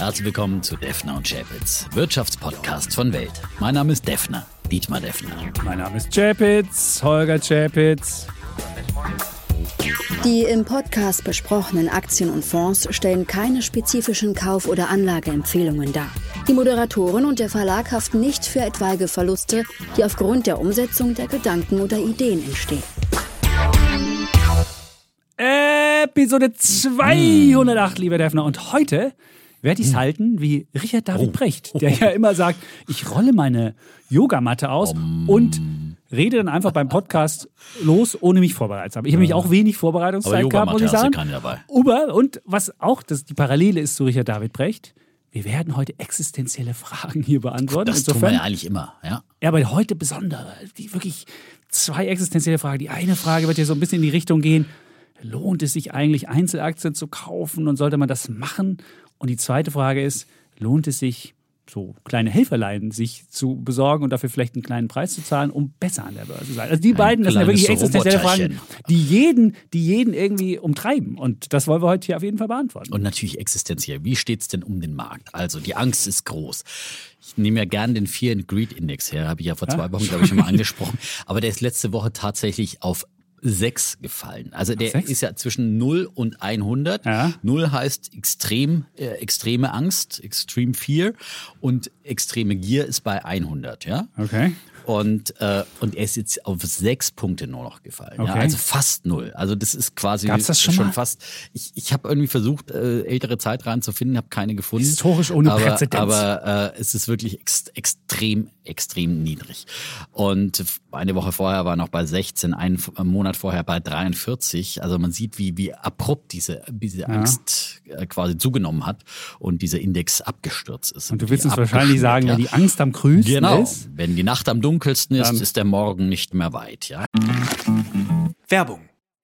Herzlich willkommen zu Defner und Chapitz, Wirtschaftspodcast von Welt. Mein Name ist Defner, Dietmar Defner. Mein Name ist Chapitz, Holger Chapitz. Die im Podcast besprochenen Aktien und Fonds stellen keine spezifischen Kauf- oder Anlageempfehlungen dar. Die Moderatoren und der Verlag haften nicht für etwaige Verluste, die aufgrund der Umsetzung der Gedanken oder Ideen entstehen. Episode 208, lieber Defner. Und heute werde ich es halten wie Richard David Brecht, der ja immer sagt, ich rolle meine Yogamatte aus und rede dann einfach beim Podcast los, ohne mich vorbereitet zu haben. Ich habe nämlich auch wenig Vorbereitungszeit gehabt, muss ich sagen. Und was auch die Parallele ist zu Richard David Brecht, wir werden heute existenzielle Fragen hier beantworten. Das tun wir ja eigentlich immer, ja. Ja, aber heute besondere, die wirklich 2 existenzielle Fragen. Die eine Frage wird ja so ein bisschen in die Richtung gehen, lohnt es sich eigentlich, Einzelaktien zu kaufen und sollte man das machen? Und die zweite Frage ist, lohnt es sich, so kleine Helferlein sich zu besorgen und dafür vielleicht einen kleinen Preis zu zahlen, um besser an der Börse zu sein? Also die beiden, das sind ja wirklich existenzielle Fragen, die jeden irgendwie umtreiben. Und das wollen wir heute hier auf jeden Fall beantworten. Und natürlich existenziell. Wie steht es denn um den Markt? Also die Angst ist groß. Ich nehme ja gern den Fear and Greed Index her, habe ich ja vor 2 Wochen, glaube ich, schon mal angesprochen. Aber der ist letzte Woche tatsächlich auf 6 gefallen. Also der ist ja zwischen 0 und 100. Ja. 0 heißt extreme Angst, Extreme Fear, und extreme Gier ist bei 100. Ja? Okay. Und er ist jetzt auf 6 Punkte nur noch gefallen. Okay. Ja, also fast 0. Also das ist quasi schon fast. Ich habe irgendwie versucht, ältere Zeitreihen zu finden, habe keine gefunden. Historisch ohne Präzedenz. Aber es ist wirklich extrem niedrig. Und eine Woche vorher war noch bei 16, einen Monat vorher bei 43. Also man sieht, wie abrupt diese Angst quasi zugenommen hat und dieser Index abgestürzt ist. Und du willst uns wahrscheinlich sagen, wenn die Angst am größten ist. Wenn die Nacht am dunkelsten ist der Morgen nicht mehr weit. Ja? Werbung.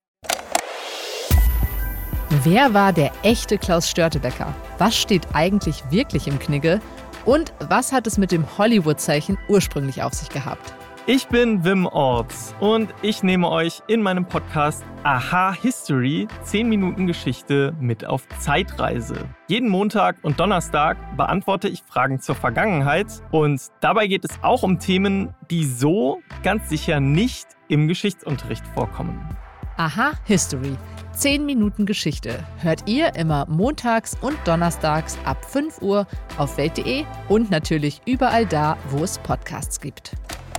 Wer war der echte Klaus Störtebeker? Was steht eigentlich wirklich im Knigge? Und was hat es mit dem Hollywood-Zeichen ursprünglich auf sich gehabt? Ich bin Wim Orts und ich nehme euch in meinem Podcast Aha History 10 Minuten Geschichte mit auf Zeitreise. Jeden Montag und Donnerstag beantworte ich Fragen zur Vergangenheit und dabei geht es auch um Themen, die so ganz sicher nicht im Geschichtsunterricht vorkommen. Aha History 10 Minuten Geschichte hört ihr immer montags und donnerstags ab 5 Uhr auf Welt.de und natürlich überall da, wo es Podcasts gibt.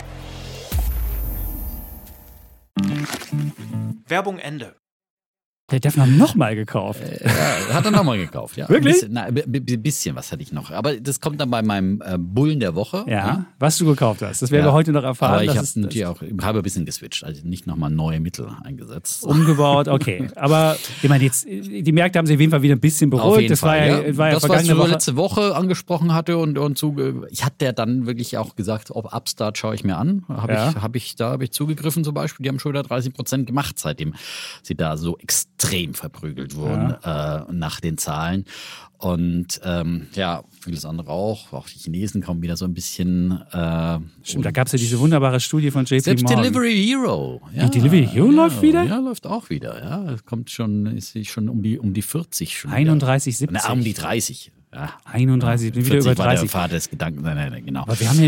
Werbung Ende. Der Defner nochmal gekauft. Ja, hat er nochmal gekauft, ja. Wirklich? Ein bisschen was hatte ich noch. Aber das kommt dann bei meinem Bullen der Woche. Ja, was du gekauft hast. Das werden wir heute noch erfahren. Aber ich habe ein bisschen geswitcht, also nicht nochmal neue Mittel eingesetzt. Umgebaut, okay. Aber ich meine, jetzt, die Märkte haben sich auf jeden Fall wieder ein bisschen beruhigt. Das war ja vergangene Woche. Letzte Woche angesprochen hatte und ich hatte ja dann wirklich auch gesagt, ob Upstart schaue ich mir an. Habe ich zugegriffen zum Beispiel. Die haben schon wieder 30% gemacht, seitdem sie da so extrem verprügelt wurden nach den Zahlen. Und vieles andere auch. Auch die Chinesen kommen wieder so ein bisschen. Stimmt, da gab es ja diese wunderbare Studie von JP Morgan. Selbst Delivery Hero. Ja, die Delivery Hero läuft wieder? Ja, läuft auch wieder. Ja, kommt ist schon um die 40 schon. 31,70. Um die 30. Ja. 31, bin wieder über 30. War der Vater des Gedanken, genau. Aber wir haben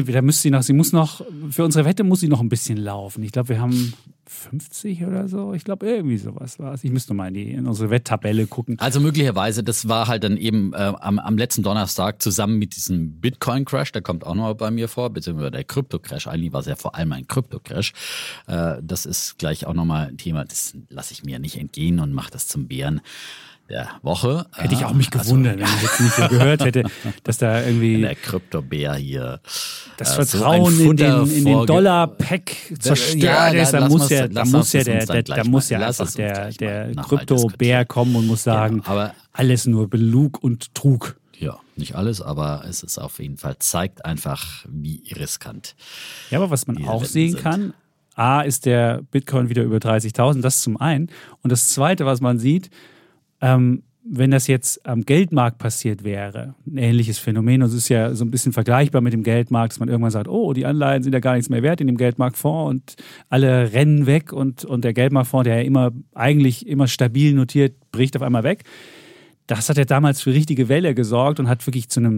für unsere Wette muss sie noch ein bisschen laufen. Ich glaube, wir haben 50 oder so. Ich glaube, irgendwie sowas war es. Ich müsste mal in unsere Wetttabelle gucken. Also möglicherweise, das war halt dann eben am letzten Donnerstag zusammen mit diesem Bitcoin-Crash, der kommt auch noch bei mir vor, beziehungsweise der Krypto-Crash. Eigentlich war es ja vor allem ein Krypto-Crash. Das ist gleich auch nochmal ein Thema, das lasse ich mir nicht entgehen und mache das zum Bären der Woche. Hätte ich auch mich gewundert, wenn ich jetzt nicht so gehört hätte, dass da irgendwie der Kryptobär hier das Vertrauen so in den Dollar-Pack zerstört ist. Da muss ja einfach der Kryptobär kommen und muss sagen, aber alles nur Belug und Trug. Ja, nicht alles, aber es ist auf jeden Fall, zeigt einfach, wie riskant. Ja, aber was man auch sehen kann, A, ist der Bitcoin wieder über 30.000, das zum einen. Und das Zweite, was man sieht, wenn das jetzt am Geldmarkt passiert wäre, ein ähnliches Phänomen, und es ist ja so ein bisschen vergleichbar mit dem Geldmarkt, dass man irgendwann sagt, oh, die Anleihen sind ja gar nichts mehr wert in dem Geldmarktfonds und alle rennen weg und der Geldmarktfonds, der ja eigentlich immer stabil notiert, bricht auf einmal weg. das hat ja damals für richtige Welle gesorgt und hat wirklich zu einem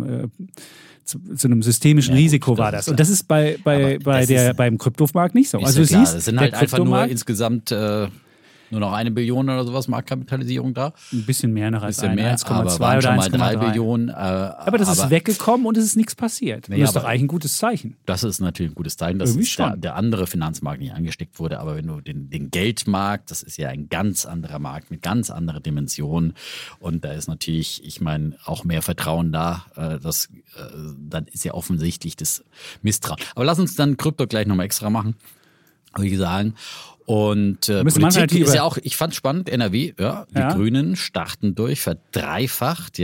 systemischen Risiko war das. Und das ist beim Kryptomarkt nicht so. Ist also ja du klar, siehst, es sind halt einfach nur insgesamt nur noch 1 Billion oder sowas Marktkapitalisierung da. Ein bisschen mehr noch als bisschen mehr, 1,2 waren oder schon mal 1,3 3 Billionen. Aber das ist weggekommen und es ist nichts passiert. Nee, das ist doch aber eigentlich ein gutes Zeichen. Das ist natürlich ein gutes Zeichen, dass Irgendwie schon. der andere Finanzmarkt nicht angesteckt wurde. Aber wenn du den Geldmarkt, das ist ja ein ganz anderer Markt mit ganz anderen Dimensionen. Und da ist natürlich, ich meine, auch mehr Vertrauen da. Dann ist ja offensichtlich das Misstrauen. Aber lass uns dann Krypto gleich nochmal extra machen, würde ich sagen. Und Politik ist ja auch, ich fand spannend, NRW, die Grünen starten durch, verdreifacht,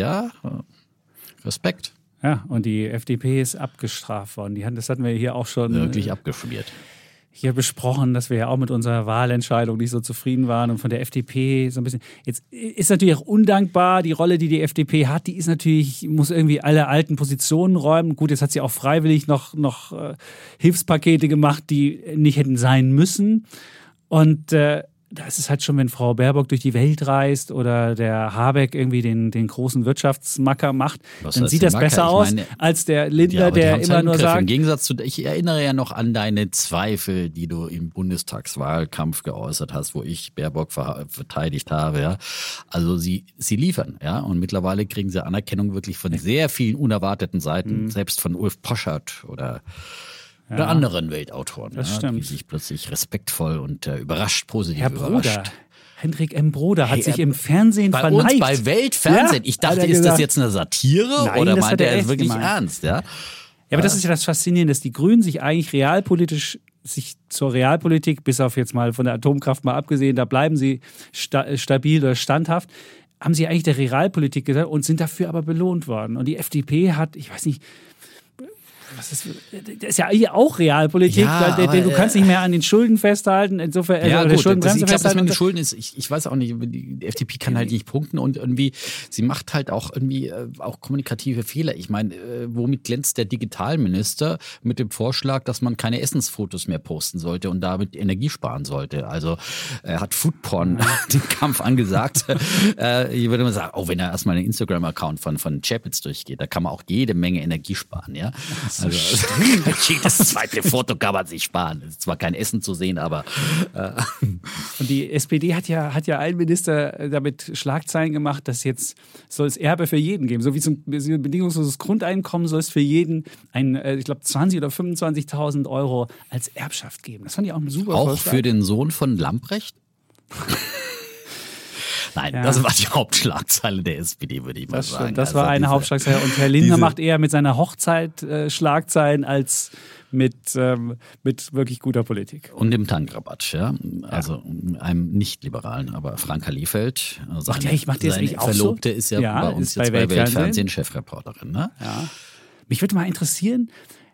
Respekt. Ja, und die FDP ist abgestraft worden. Das hatten wir hier auch schon wirklich abgeschmiert. Hier besprochen, dass wir ja auch mit unserer Wahlentscheidung nicht so zufrieden waren und von der FDP so ein bisschen. Jetzt ist natürlich auch undankbar, die Rolle, die FDP hat, die ist natürlich, muss irgendwie alle alten Positionen räumen. Gut, jetzt hat sie auch freiwillig noch Hilfspakete gemacht, die nicht hätten sein müssen. Und da ist es halt schon, wenn Frau Baerbock durch die Welt reist oder der Habeck irgendwie den großen Wirtschaftsmacker macht, dann sieht das besser aus als der Lindner, der immer nur sagt. Im Gegensatz zu, ich erinnere ja noch an deine Zweifel, die du im Bundestagswahlkampf geäußert hast, wo ich Baerbock verteidigt habe. Ja. Also sie liefern, ja, und mittlerweile kriegen sie Anerkennung wirklich von sehr vielen unerwarteten Seiten, selbst von Ulf Poschardt oder anderen Weltautoren, die sich plötzlich respektvoll und überrascht positiv überrascht. Hendrik M. Broder hat sich im Fernsehen bei verneigt. Uns bei Weltfernsehen. Ich dachte, ist das jetzt eine Satire oder meint er es wirklich ernst? Ja, aber das ist ja das Faszinierende, dass die Grünen sich eigentlich realpolitisch zur Realpolitik, bis auf jetzt mal von der Atomkraft mal abgesehen, da bleiben sie stabil oder standhaft, haben sie eigentlich der Realpolitik gesagt und sind dafür aber belohnt worden. Und die FDP hat, ich weiß nicht, das ist ja hier auch Realpolitik, weil du kannst nicht mehr an den Schulden festhalten, insofern gut, Schuldenbremse ich glaube, das mit den festhalten. Schulden ist, ich weiß auch nicht, die FDP kann halt nicht punkten und irgendwie, sie macht halt auch irgendwie auch kommunikative Fehler. Ich meine, womit glänzt der Digitalminister mit dem Vorschlag, dass man keine Essensfotos mehr posten sollte und damit Energie sparen sollte? Also er hat Foodporn den Kampf angesagt. Ich würde mal sagen, wenn er erstmal den Instagram-Account von Chapitz durchgeht, da kann man auch jede Menge Energie sparen, ja. Also das zweite Foto kann man sich sparen. Es ist zwar kein Essen zu sehen, aber Und die SPD hat ja einen Minister damit Schlagzeilen gemacht, dass jetzt soll es Erbe für jeden geben. So wie zum bedingungsloses Grundeinkommen soll es für jeden ich glaube 20.000 oder 25.000 Euro als Erbschaft geben. Das fand ich auch ein super Auch Vorschlag. für den Sohn von Lamprecht? Nein, das war die Hauptschlagzeile der SPD, würde ich mal sagen. Das war eine Hauptschlagzeile. Und Herr Lindner macht eher mit seiner Hochzeit Schlagzeilen als mit wirklich guter Politik. Und dem Tankrabatt, ja. Also einem Nicht-Liberalen, aber Franka Liefeld, seine Verlobte ist ja bei uns jetzt bei Weltfernsehen Chefreporterin. Ne? Ja. Mich würde mal interessieren,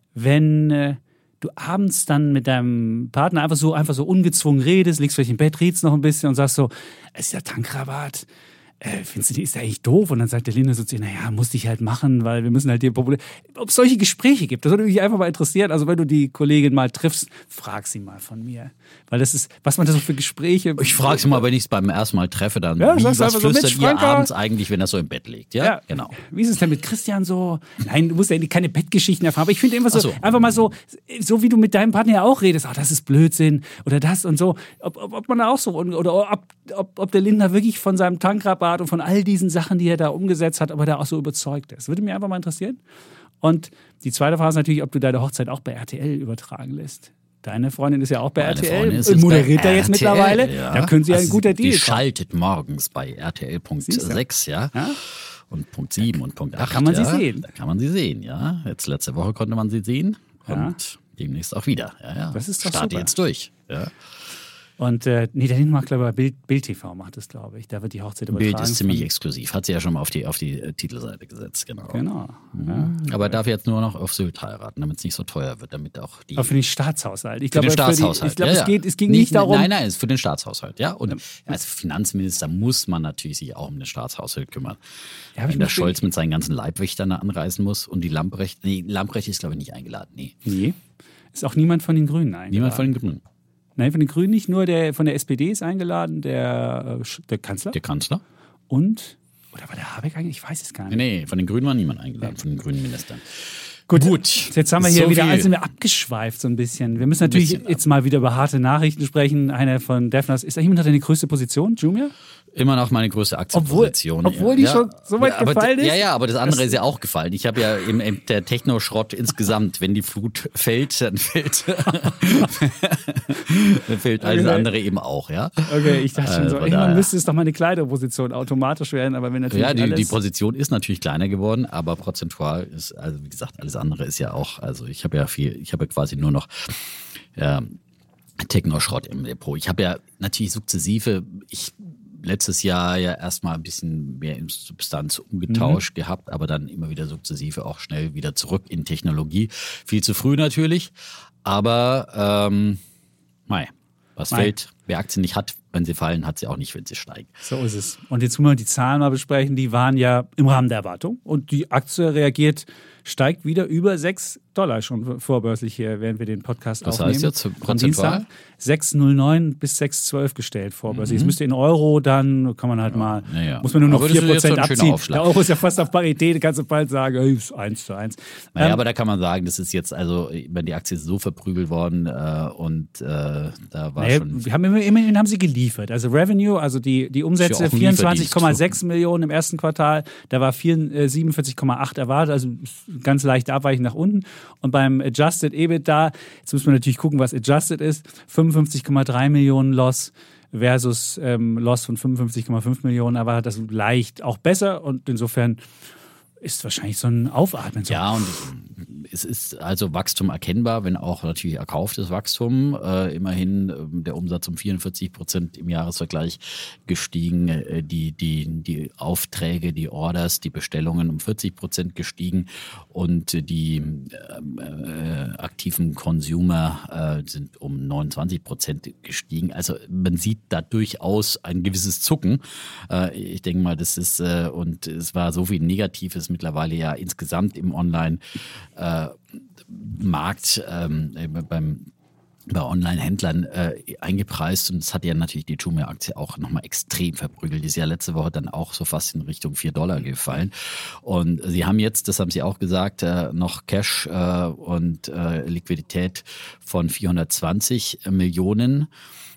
wenn du abends dann mit deinem Partner einfach so ungezwungen redest, liegst vielleicht im Bett, redest noch ein bisschen und sagst so, es ist ja Tankrabatt. Findest du, ist ja eigentlich doof? Und dann sagt der Lindner so zu dir, naja, musste ich halt machen, weil wir müssen halt hier populär. Ob es solche Gespräche gibt, das würde mich einfach mal interessieren. Also wenn du die Kollegin mal triffst, frag sie mal von mir. Weil das ist, was man da so für Gespräche... Ich frage sie mal, wenn ich es beim ersten Mal treffe, dann was flüstert ihr abends eigentlich, wenn er so im Bett liegt? Ja, genau. Wie ist es denn mit Christian so? Nein, du musst ja keine Bettgeschichten erfahren, aber ich finde einfach einfach mal so wie du mit deinem Partner ja auch redest, das ist Blödsinn oder das und so. Ob man da auch so, oder ob der Lindner wirklich von seinem Tankrabatt und von all diesen Sachen, die er da umgesetzt hat, ob er da auch so überzeugt ist. Würde mich einfach mal interessieren. Und die zweite Frage ist natürlich, ob du deine Hochzeit auch bei RTL übertragen lässt. Deine Freundin ist ja auch bei RTL, moderiert da jetzt mittlerweile. Ja. Da können sie ja ein guter Deal Die schaltet morgens bei RTL Punkt 6, ja. Und Punkt 7 und Punkt 8. Da kann man sie sehen. Da kann man sie sehen, ja. Jetzt letzte Woche konnte man sie sehen und demnächst auch wieder. Ja. Das ist doch Starte super. Jetzt durch. Ja. Und der Lindner macht, glaube ich, Bild TV macht das, glaube ich. Da wird die Hochzeit übertragen. Bild ist ziemlich exklusiv. Hat sie ja schon mal auf die Titelseite gesetzt, genau. Ja. Aber darf jetzt nur noch auf Sylt heiraten, damit es nicht so teuer wird, damit auch die... Aber für den Staatshaushalt. Für den Staatshaushalt. Ich glaube, es ging nicht darum... Nein, es ist für den Staatshaushalt, ja. Und als Finanzminister muss man natürlich sich auch um den Staatshaushalt kümmern. Ja, wenn der Scholz mit seinen ganzen Leibwächtern anreisen muss und die Lamprecht ist, glaube ich, nicht eingeladen. Nee. Ist auch niemand von den Grünen eingeladen. Niemand von den Grünen. Nein, von den Grünen nicht, nur von der SPD ist eingeladen, der Kanzler. Der Kanzler. Und Oder war der Habeck eigentlich? Ich weiß es gar nicht. Nee, von den Grünen war niemand eingeladen, von den grünen Ministern. Gut, jetzt haben wir hier so wieder, viel. also sind wir abgeschweift so ein bisschen. Wir müssen natürlich jetzt mal wieder über harte Nachrichten sprechen. Einer von Defners, ist da jemand, hat deine größte Position, Jumia? Immer noch meine größte Aktienposition. Obwohl die schon so weit gefallen ist? Ja, aber das andere ist ja auch gefallen. Ich habe ja der Techno-Schrott insgesamt, wenn die Flut fällt, dann fällt alles andere eben auch, ja. Okay, ich dachte schon so, irgendwann müsste es doch mal eine kleinere Position automatisch werden, aber wenn natürlich die Position ist natürlich kleiner geworden, aber prozentual ist, also wie gesagt, alles andere ist ja auch, also ich habe ja quasi nur noch Techno-Schrott im Depot. Ich habe ja natürlich sukzessive, letztes Jahr ja erstmal ein bisschen mehr in Substanz umgetauscht gehabt, aber dann immer wieder sukzessive auch schnell wieder zurück in Technologie. Viel zu früh natürlich, aber fällt, wer Aktien nicht hat, wenn sie fallen, hat sie auch nicht, wenn sie steigen. So ist es. Und jetzt wollen wir die Zahlen mal besprechen, die waren ja im Rahmen der Erwartung und die Aktie steigt wieder über $6 schon vorbörslich hier, während wir den Podcast aufnehmen. Was heißt jetzt prozentual? 6,09 bis 6,12 gestellt vorbörslich. Es müsste in Euro, dann kann man halt muss man nur noch 4% abziehen. Der Euro ist ja fast auf Parität, da kannst du bald sagen, ist 1:1. Naja, aber da kann man sagen, das ist jetzt, also, die Aktie ist so verprügelt worden und da war schon... Immerhin haben sie geliefert. Also Revenue, also die Umsätze 24,6 Millionen im ersten Quartal, da war 47,8 erwartet, also ganz leicht abweichend nach unten. Und beim Adjusted EBITDA, jetzt muss man natürlich gucken, was Adjusted ist, 55,3 Millionen Loss versus Loss von 55,5 Millionen, aber das leicht auch besser und insofern ist wahrscheinlich so ein Aufatmen. Ja, und es ist also Wachstum erkennbar, wenn auch natürlich erkauftes Wachstum. Immerhin der Umsatz um 44% im Jahresvergleich gestiegen, die Aufträge, die Orders, die Bestellungen um 40% gestiegen und die aktiven Consumer sind um 29% gestiegen. Also man sieht da durchaus ein gewisses Zucken. Ich denke mal, das ist, und es war so viel Negatives mittlerweile ja insgesamt im Online-Markt bei Online-Händlern eingepreist und das hat ja natürlich die Jumia-Aktie auch nochmal extrem verprügelt. Die ist ja letzte Woche dann auch so fast in Richtung $4 gefallen und sie haben jetzt, das haben sie auch gesagt, noch Cash und Liquidität von 420 Millionen.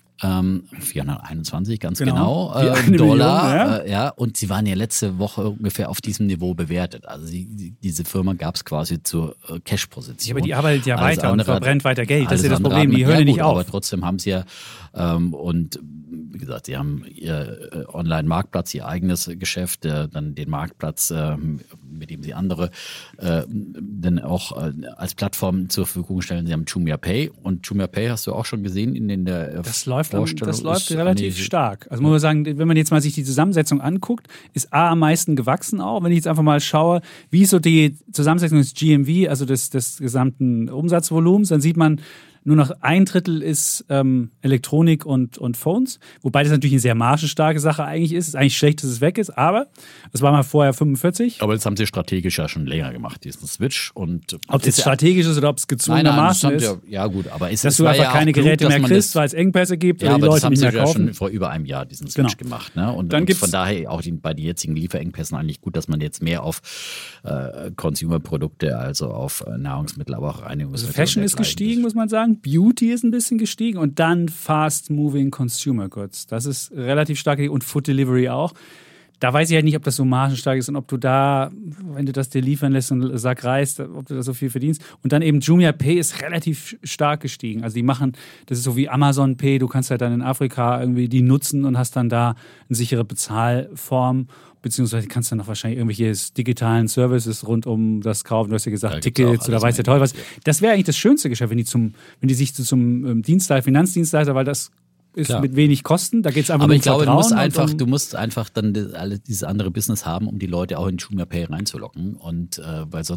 421, ganz genau Dollar. Million, und sie waren ja letzte Woche ungefähr auf diesem Niveau bewertet. Also diese Firma gab es quasi zur Cash-Position. Ja, aber die arbeitet ja weiter und verbrennt weiter Geld. Das ist ja das Problem, die hören ja nicht auf. Aber trotzdem haben sie ja, und wie gesagt, sie haben ihr Online-Marktplatz, ihr eigenes Geschäft, dann den Marktplatz, mit dem sie andere dann auch als Plattform zur Verfügung stellen. Sie haben Jumia Pay und Jumia Pay hast du auch schon gesehen in der Vorstellung. Das läuft relativ stark. Also muss man sagen, wenn man jetzt mal sich die Zusammensetzung anguckt, ist A am meisten gewachsen auch. Wenn ich jetzt einfach mal schaue, wie so die Zusammensetzung des GMV, also des gesamten Umsatzvolumens, dann sieht man, nur noch 1/3 ist Elektronik und Phones, wobei das natürlich eine sehr margenstarke Sache eigentlich ist. Es ist eigentlich schlecht, dass es weg ist, aber es war mal vorher 45. Aber das haben sie strategisch ja schon länger gemacht, diesen Switch. Und ob es strategisch ist oder ob es gezwungenermaßen ist. Ja gut, aber dass du einfach keine Geräte mehr kriegst, weil es Engpässe gibt oder die Leute nicht mehr kaufen. Ja, aber das haben sie ja schon vor über einem Jahr diesen Switch gemacht. Ne? Und von daher auch bei den jetzigen Lieferengpässen eigentlich gut, dass man jetzt mehr auf Consumer-Produkte, also auf Nahrungsmittel, aber auch Reinigungsmittel. Also Fashion ist gestiegen, muss man sagen. Beauty ist ein bisschen gestiegen und dann Fast-Moving Consumer Goods. Das ist relativ stark und Food Delivery auch. Da weiß ich halt nicht, ob das so margenstark ist und ob du da, wenn du das dir liefern lässt und Sack Reis, ob du da so viel verdienst. Und dann eben Jumia Pay ist relativ stark gestiegen. Also die machen, das ist so wie Amazon Pay, du kannst halt dann in Afrika irgendwie die nutzen und hast dann da eine sichere Bezahlform. Beziehungsweise kannst du noch wahrscheinlich irgendwelche digitalen Services rund um das kaufen. Du hast ja gesagt, Tickets oder weiß der Teufel was. Das wäre eigentlich das schönste Geschäft, wenn die sich zum Finanzdienstleister, weil das ist mit wenig Kosten. Da geht es einfach nur um Vertrauen. Aber ich glaube, du musst einfach dann dieses andere Business haben, um die Leute auch in Jumia Pay reinzulocken. Und weil sonst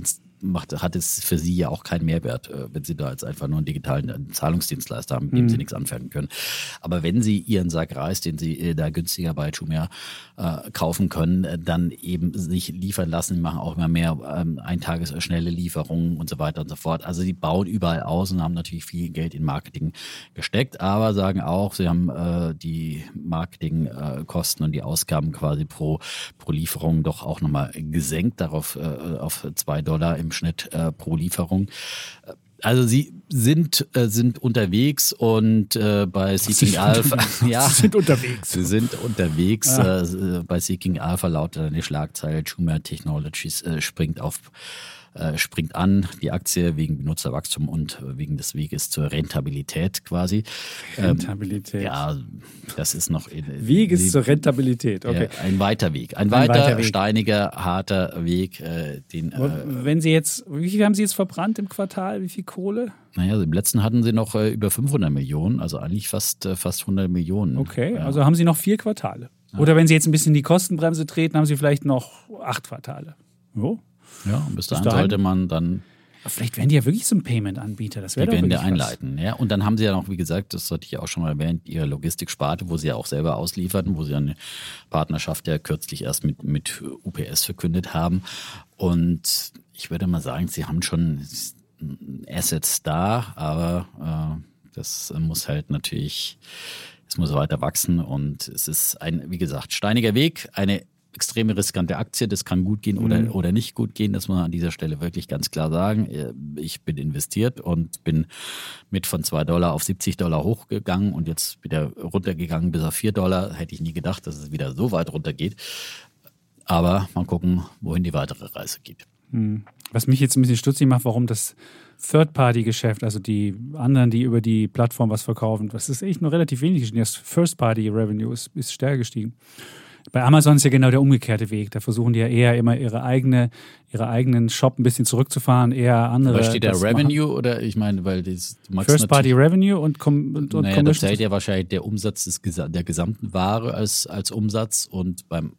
hat es für Sie ja auch keinen Mehrwert, wenn Sie da jetzt einfach nur einen digitalen Zahlungsdienstleister haben, mit dem Sie nichts anfangen können. Aber wenn Sie Ihren Sack Reis, den Sie da günstiger bei Jumia kaufen können, dann eben sich liefern lassen, die machen auch immer mehr schnelle Lieferungen und so weiter und so fort. Also die bauen überall aus und haben natürlich viel Geld in Marketing gesteckt, aber sagen auch, sie haben die Marketingkosten und die Ausgaben quasi pro Lieferung doch auch nochmal gesenkt, darauf auf $2 im Schnitt pro Lieferung. Also sie sind unterwegs und bei Seeking Alpha, Sie sind unterwegs. Bei Seeking Alpha lautet eine Schlagzeile: Jumia Technologies springt an, die Aktie wegen Benutzerwachstum und wegen des Weges zur Rentabilität quasi. Rentabilität. Ja, das ist noch... Weg ist zur Rentabilität, okay. Ein weiter Weg. Ein weiter steiniger, harter Weg. Wenn Sie jetzt, wie viel haben Sie jetzt verbrannt im Quartal? Wie viel Kohle? Naja, im letzten hatten Sie noch über 500 Millionen, also eigentlich fast 100 Millionen. Okay, also haben Sie noch 4 Quartale. Oder wenn Sie jetzt ein bisschen die Kostenbremse treten, haben Sie vielleicht noch 8 Quartale. Jo. Ja, und bis dahin sollte man dann... Aber vielleicht werden die ja wirklich zum Payment-Anbieter. Das wäre doch wirklich einleiten. Ja. Und dann haben sie ja noch, wie gesagt, das hatte ich ja auch schon mal erwähnt, ihre Logistiksparte, wo sie ja auch selber auslieferten, wo sie eine Partnerschaft ja kürzlich erst mit UPS verkündet haben. Und ich würde mal sagen, sie haben schon Assets da, aber das muss halt natürlich, es muss weiter wachsen. Und es ist wie gesagt, steiniger Weg, eine extreme riskante Aktie, das kann gut gehen oder nicht gut gehen, das muss man an dieser Stelle wirklich ganz klar sagen. Ich bin investiert und bin mit von $2 auf $70 hochgegangen und jetzt wieder runtergegangen bis auf $4. Hätte ich nie gedacht, dass es wieder so weit runtergeht. Aber mal gucken, wohin die weitere Reise geht. Was mich jetzt ein bisschen stutzig macht, warum das Third-Party-Geschäft, also die anderen, die über die Plattform was verkaufen, das ist echt nur relativ wenig gestiegen. Das First-Party-Revenue ist stärker gestiegen. Bei Amazon ist ja genau der umgekehrte Weg. Da versuchen die ja eher immer ihre eigenen Shop ein bisschen zurückzufahren, eher andere. Aber steht da Revenue machen. Oder ich meine, weil das First Party Revenue und naja, da zählt ja wahrscheinlich der Umsatz der gesamten Ware als Umsatz und beim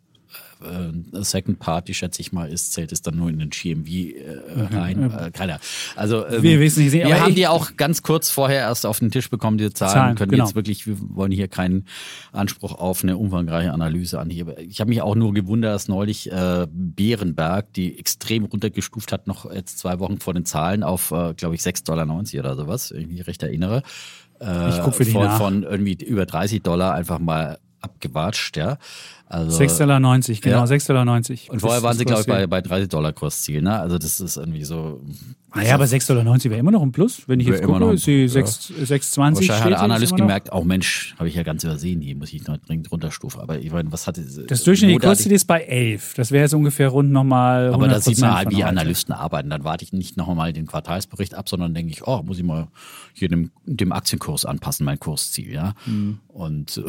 Second Party, schätze ich mal, zählt es dann nur in den GMV rein. Keiner. Also wir wissen nicht. Wir haben die auch ganz kurz vorher erst auf den Tisch bekommen, diese Zahlen. Können jetzt wirklich, wir wollen hier keinen Anspruch auf eine umfangreiche Analyse anheben. Ich habe mich auch nur gewundert, dass neulich Bärenberg, die extrem runtergestuft hat, noch jetzt 2 Wochen vor den Zahlen auf, glaube ich, $6,90 oder sowas, wenn ich mich recht erinnere. Ich gucke für dich nach. Von irgendwie über $30 einfach mal abgewatscht, ja. Also, $6,90, genau, ja. $6,90. Und vorher waren sie, glaube ich, bei $30 Kursziel, ne? Also das ist irgendwie so... Naja, aber $6,90 wäre immer noch ein Plus. Wenn ich jetzt gucke, ist sie 6,20. Wahrscheinlich hat der Analyst gemerkt, oh Mensch, habe ich ja ganz übersehen, die muss ich noch dringend runterstufen. Aber ich meine, was hat das durchschnittliche Kursziel ist bei 11. Das wäre jetzt ungefähr rund nochmal 100%. Aber da sieht man halt, wie Analysten arbeiten. Dann warte ich nicht nochmal den Quartalsbericht ab, sondern denke ich, muss ich mal hier dem Aktienkurs anpassen, mein Kursziel, ja. Und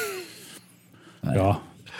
ja.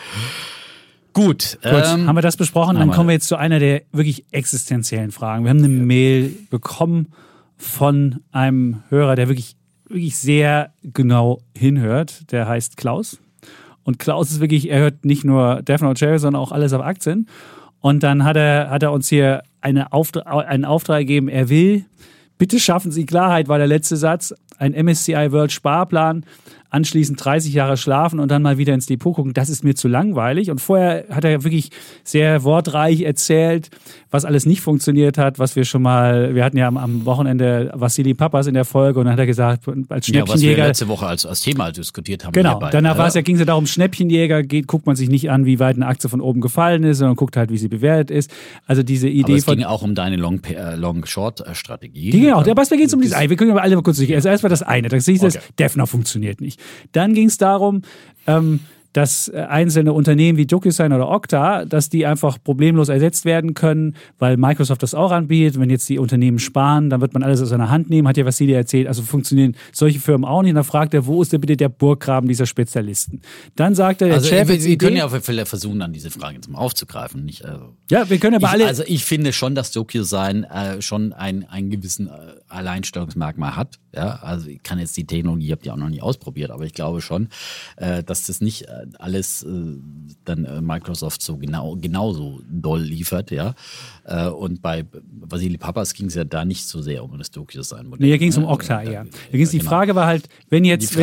Gut, haben wir das besprochen? Dann kommen wir jetzt zu einer der wirklich existenziellen Fragen. Wir haben eine Mail bekommen von einem Hörer, der wirklich sehr genau hinhört. Der heißt Klaus. Und Klaus ist wirklich, er hört nicht nur Death Note Cherry, sondern auch alles auf Aktien. Und dann hat er uns hier einen Auftrag gegeben. Er will, bitte schaffen Sie Klarheit, war der letzte Satz, ein MSCI World Sparplan, anschließend 30 Jahre schlafen und dann mal wieder ins Depot gucken, das ist mir zu langweilig. Und vorher hat er wirklich sehr wortreich erzählt, was alles nicht funktioniert hat, was wir hatten ja am Wochenende Vassili Pappas in der Folge und dann hat er gesagt, als Schnäppchenjäger... Ja, was wir letzte Woche als Thema diskutiert haben. Genau, danach ging es darum, Schnäppchenjäger, guckt man sich nicht an, wie weit eine Aktie von oben gefallen ist, sondern guckt halt, wie sie bewertet ist. Also diese Idee aber es ging auch um deine Long-Short-Strategie. Genau, aber geht es um diese... Wir können aber alle mal kurz durch. Also erst war das eine, da siehst du, Defner funktioniert nicht. Dann ging es darum, dass einzelne Unternehmen wie DocuSign oder Okta, dass die einfach problemlos ersetzt werden können, weil Microsoft das auch anbietet. Wenn jetzt die Unternehmen sparen, dann wird man alles aus seiner Hand nehmen, hat ja Vassili erzählt. Also funktionieren solche Firmen auch nicht. Und dann fragt er, wo ist denn bitte der Burggraben dieser Spezialisten? Dann sagt er, der Chef... Wir können ja auf jeden Fall versuchen, dann diese Fragen jetzt mal aufzugreifen. Ja, wir können aber alle... Also ich finde schon, dass DocuSign schon einen gewissen Alleinstellungsmerkmal hat. Ja, also ich kann jetzt die Technologie, ich habe die auch noch nie ausprobiert, aber ich glaube schon, dass das nicht alles dann Microsoft so genauso doll liefert, ja. Und bei Vasily Pappas ging es ja da nicht so sehr um das DocuSign-Modell. Nee, hier ging es um Okta, ja. Die Frage war halt, wenn jetzt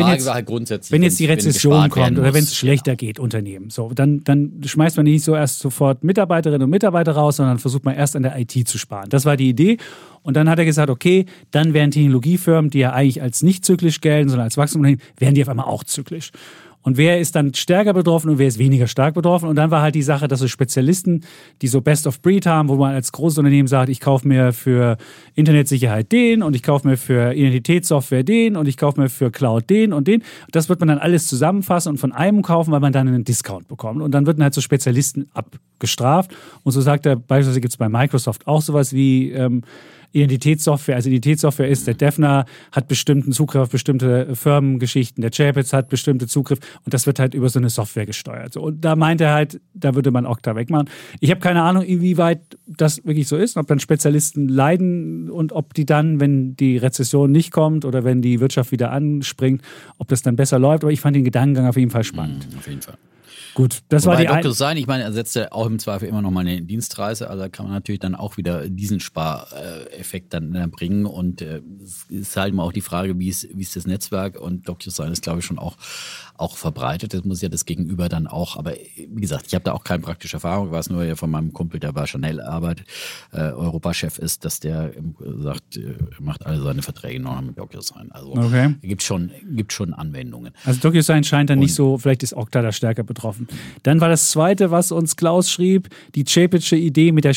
die Rezession kommt oder wenn es schlechter geht, Unternehmen, so, dann schmeißt man nicht so erst sofort Mitarbeiterinnen und Mitarbeiter raus, sondern versucht man erst an der IT zu sparen. Das war die Idee. Und dann hat er gesagt, okay, dann wären Technologiefirmen, die ja eigentlich als nicht zyklisch gelten, sondern als Wachstumsunternehmen, wären die auf einmal auch zyklisch. Und wer ist dann stärker betroffen und wer ist weniger stark betroffen? Und dann war halt die Sache, dass so Spezialisten, die so Best of Breed haben, wo man als großes Unternehmen sagt, ich kaufe mir für Internetsicherheit den und ich kaufe mir für Identitätssoftware den und ich kaufe mir für Cloud den und den. Das wird man dann alles zusammenfassen und von einem kaufen, weil man dann einen Discount bekommt. Und dann wird dann halt so Spezialisten abgestraft. Und so sagt er, beispielsweise gibt es bei Microsoft auch sowas wie Identitätssoftware. Also Identitätssoftware ist, der Defner hat bestimmten Zugriff auf bestimmte Firmengeschichten, der Chapitz hat bestimmte Zugriff und das wird halt über so eine Software gesteuert. So, und da meint er halt, da würde man Okta wegmachen. Ich habe keine Ahnung, inwieweit das wirklich so ist, ob dann Spezialisten leiden und ob die dann, wenn die Rezession nicht kommt oder wenn die Wirtschaft wieder anspringt, ob das dann besser läuft. Aber ich fand den Gedankengang auf jeden Fall spannend. Auf jeden Fall. Gut, das war die DocuSign, ich meine, er setzt ja auch im Zweifel immer noch mal eine Dienstreise, also da kann man natürlich dann auch wieder diesen Spareffekt dann bringen und es ist halt immer auch die Frage, wie ist das Netzwerk und DocuSign ist, glaube ich, schon auch verbreitet, das muss ja das Gegenüber dann auch, aber wie gesagt, ich habe da auch keine praktische Erfahrung, ich weiß nur ja von meinem Kumpel, der bei Chanel arbeitet, Europachef ist, dass der sagt, macht alle seine Verträge noch mit DocuSign, also gibt schon Anwendungen. Also DocuSign scheint dann nicht so, vielleicht ist Okta da stärker betroffen. Dann war das Zweite, was uns Klaus schrieb, die Chapitzsche Idee mit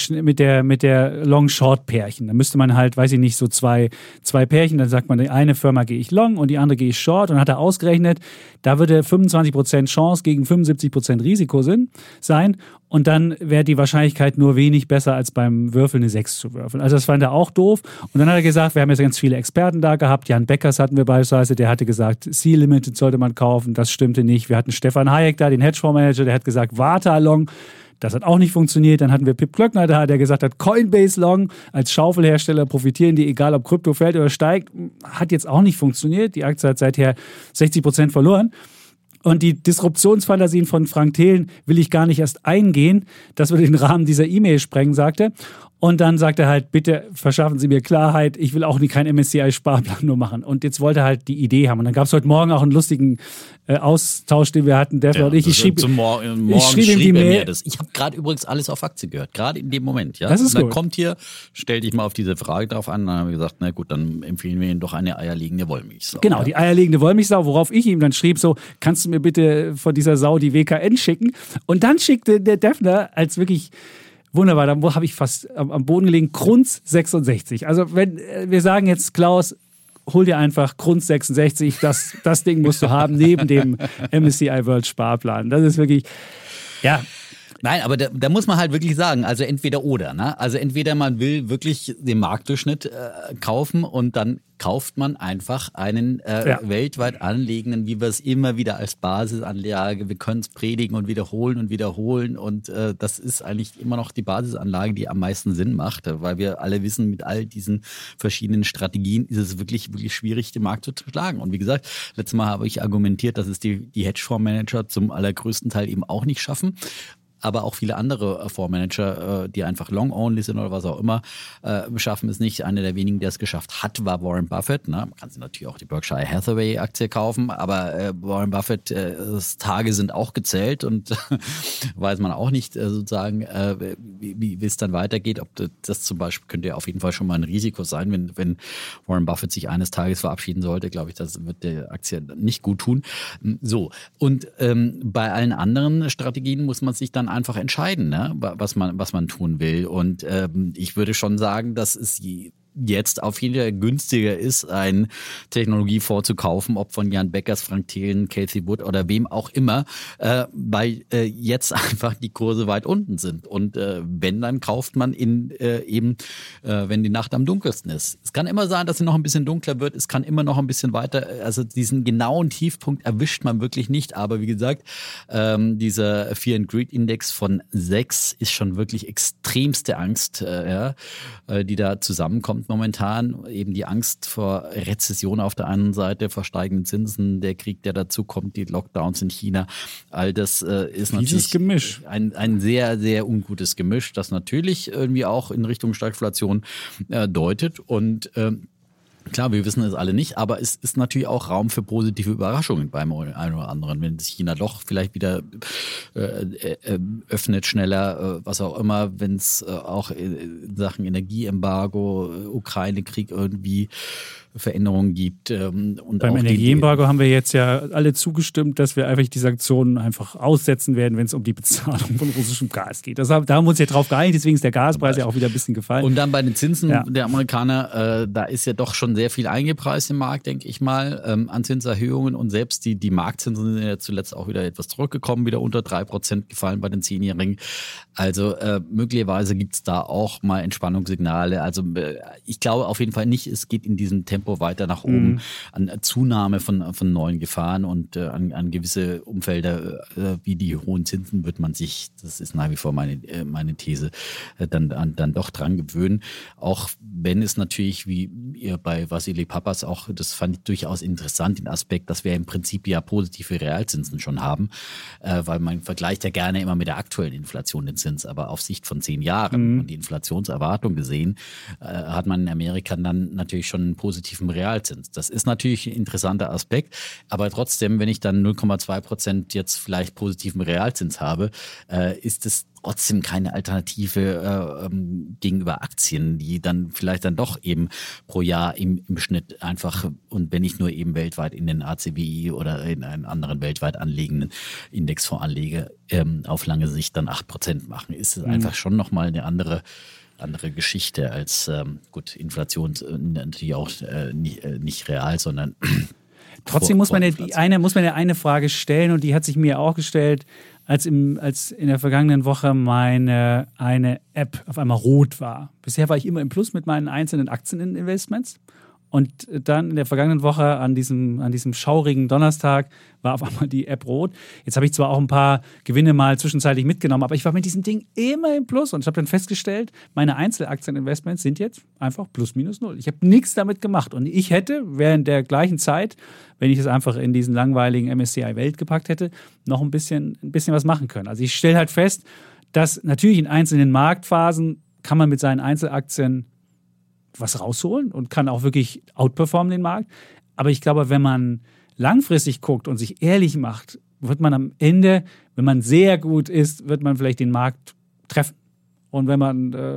der Long-Short-Pärchen. Da müsste man halt, weiß ich nicht, so zwei Pärchen, dann sagt man, die eine Firma gehe ich Long und die andere gehe ich Short und hat er ausgerechnet, da würde 25% Chance gegen 75% Risiko sein und dann wäre die Wahrscheinlichkeit nur wenig besser als beim Würfeln eine 6 zu würfeln. Also das fand er auch doof. Und dann hat er gesagt, wir haben jetzt ganz viele Experten da gehabt. Jan Beckers hatten wir beispielsweise, der hatte gesagt, C-Limited sollte man kaufen. Das stimmte nicht. Wir hatten Stefan Hayek da, den Hedgefondsmanager, der hat gesagt, Warta Long. Das hat auch nicht funktioniert. Dann hatten wir Pip Klöckner da, der gesagt hat, Coinbase Long. Als Schaufelhersteller profitieren die, egal ob Krypto fällt oder steigt. Hat jetzt auch nicht funktioniert. Die Aktie hat seither 60% verloren. Und die Disruptionsfantasien von Frank Thelen will ich gar nicht erst eingehen. Das würde den Rahmen dieser E-Mail sprengen, sagte. Und dann sagt er halt, bitte verschaffen Sie mir Klarheit, ich will auch keinen MSCI-Sparplan nur machen. Und jetzt wollte er halt die Idee haben. Und dann gab es heute Morgen auch einen lustigen Austausch, den wir hatten, Defner und ich. Ich schrieb ihm die Mail. Ich habe gerade übrigens alles auf Aktie gehört, gerade in dem Moment. Ja? Das ist und dann gut. Kommt hier, stell dich mal auf diese Frage drauf an. Dann haben wir gesagt, na gut, dann empfehlen wir Ihnen doch eine eierlegende Wollmilchsau. Genau, ja? Die eierlegende Wollmilchsau, worauf ich ihm dann schrieb, so, kannst du mir bitte von dieser Sau die WKN schicken? Und dann schickte der Defner als wirklich... Wunderbar, da habe ich fast am Boden gelegen, Krunz 66. Also wenn wir sagen jetzt, Klaus, hol dir einfach Krunz 66, das Ding musst du haben, neben dem MSCI World Sparplan. Das ist wirklich, ja. Nein, aber da muss man halt wirklich sagen, also entweder oder. Ne? Also entweder man will wirklich den Marktdurchschnitt kaufen und dann kauft man einfach einen weltweit anlegenden, wie wir es immer wieder als Basisanlage, wir können es predigen und wiederholen und das ist eigentlich immer noch die Basisanlage, die am meisten Sinn macht, weil wir alle wissen, mit all diesen verschiedenen Strategien ist es wirklich, wirklich schwierig, den Markt zu schlagen. Und wie gesagt, letztes Mal habe ich argumentiert, dass es die Hedgefondsmanager zum allergrößten Teil eben auch nicht schaffen. Aber auch viele andere Fondsmanager, die einfach long-only sind oder was auch immer, schaffen es nicht. Einer der wenigen, der es geschafft hat, war Warren Buffett. Ne? Man kann sich natürlich auch die Berkshire Hathaway-Aktie kaufen, aber Warren Buffett, Tage sind auch gezählt und weiß man auch nicht sozusagen, wie es dann weitergeht. Ob das zum Beispiel könnte ja auf jeden Fall schon mal ein Risiko sein, wenn Warren Buffett sich eines Tages verabschieden sollte, glaube ich, das wird der Aktie nicht gut tun. So, und bei allen anderen Strategien muss man sich dann einfach entscheiden, ne? was man tun will. Und ich würde schon sagen, dass es jetzt auf jeden Fall günstiger ist, einen Technologiefonds zu kaufen, ob von Jan Beckers, Frank Thelen, Cathie Wood oder wem auch immer, weil jetzt einfach die Kurse weit unten sind. Und wenn, dann kauft man wenn die Nacht am dunkelsten ist. Es kann immer sein, dass sie noch ein bisschen dunkler wird, es kann immer noch ein bisschen weiter, also diesen genauen Tiefpunkt erwischt man wirklich nicht, aber wie gesagt, dieser Fear and Greed Index von 6 ist schon wirklich extremste Angst, die da zusammenkommt. und momentan eben die Angst vor Rezession auf der einen Seite, vor steigenden Zinsen, der Krieg, der dazu kommt, die Lockdowns in China, all das ist natürlich Gemisch. Ein sehr, sehr ungutes Gemisch, das natürlich irgendwie auch in Richtung Stagflation deutet und klar, wir wissen es alle nicht, aber es ist natürlich auch Raum für positive Überraschungen beim einen oder anderen. Wenn sich China doch vielleicht wieder öffnet, schneller, was auch immer, wenn es auch in Sachen Energieembargo, Ukraine-Krieg irgendwie Veränderungen gibt. Und beim Energieembargo haben wir jetzt ja alle zugestimmt, dass wir einfach die Sanktionen einfach aussetzen werden, wenn es um die Bezahlung von russischem Gas geht. Da haben wir uns ja drauf geeinigt, deswegen ist der Gaspreis ja auch wieder ein bisschen gefallen. Und dann bei den Zinsen der Amerikaner, da ist ja doch schon sehr viel eingepreist im Markt, denke ich mal, an Zinserhöhungen und selbst die Marktzinsen sind ja zuletzt auch wieder etwas zurückgekommen, wieder unter 3% gefallen bei den 10-Jährigen. Also möglicherweise gibt es da auch mal Entspannungssignale. Also ich glaube auf jeden Fall nicht, es geht in diesem Tempo weiter nach oben an Zunahme von neuen Gefahren und an gewisse Umfelder wie die hohen Zinsen wird man sich, das ist nach wie vor meine These, dann doch dran gewöhnen. Auch wenn es natürlich, wie ihr bei Vassili Pappas auch, das fand ich durchaus interessant, den Aspekt, dass wir im Prinzip ja positive Realzinsen schon haben, weil man vergleicht ja gerne immer mit der aktuellen Inflation den Zins, aber auf Sicht von 10 Jahren und die Inflationserwartung gesehen, hat man in Amerika dann natürlich schon einen positiven Realzins. Das ist natürlich ein interessanter Aspekt, aber trotzdem, wenn ich dann 0,2% jetzt vielleicht positiven Realzins habe, ist es trotzdem keine Alternative gegenüber Aktien, die dann vielleicht dann doch eben pro Jahr im Schnitt einfach, und wenn ich nur eben weltweit in den ACWI oder in einen anderen weltweit anlegenden Indexfonds anlege, auf lange Sicht dann 8% machen, ist es einfach schon nochmal eine andere Geschichte als, gut, Inflation natürlich auch nicht real, sondern trotzdem muss man ja eine Frage stellen und die hat sich mir auch gestellt, als in der vergangenen Woche eine App auf einmal rot war. Bisher war ich immer im Plus mit meinen einzelnen Aktieninvestments. Und dann in der vergangenen Woche an diesem schaurigen Donnerstag war auf einmal die App rot. Jetzt habe ich zwar auch ein paar Gewinne mal zwischenzeitlich mitgenommen, aber ich war mit diesem Ding immer im Plus. Und ich habe dann festgestellt, meine Einzelaktieninvestments sind jetzt einfach plus minus null. Ich habe nichts damit gemacht. Und ich hätte während der gleichen Zeit, wenn ich es einfach in diesen langweiligen MSCI Welt gepackt hätte, noch ein bisschen was machen können. Also ich stelle halt fest, dass natürlich in einzelnen Marktphasen kann man mit seinen Einzelaktien was rausholen und kann auch wirklich outperformen den Markt. Aber ich glaube, wenn man langfristig guckt und sich ehrlich macht, wird man am Ende, wenn man sehr gut ist, wird man vielleicht den Markt treffen. Und wenn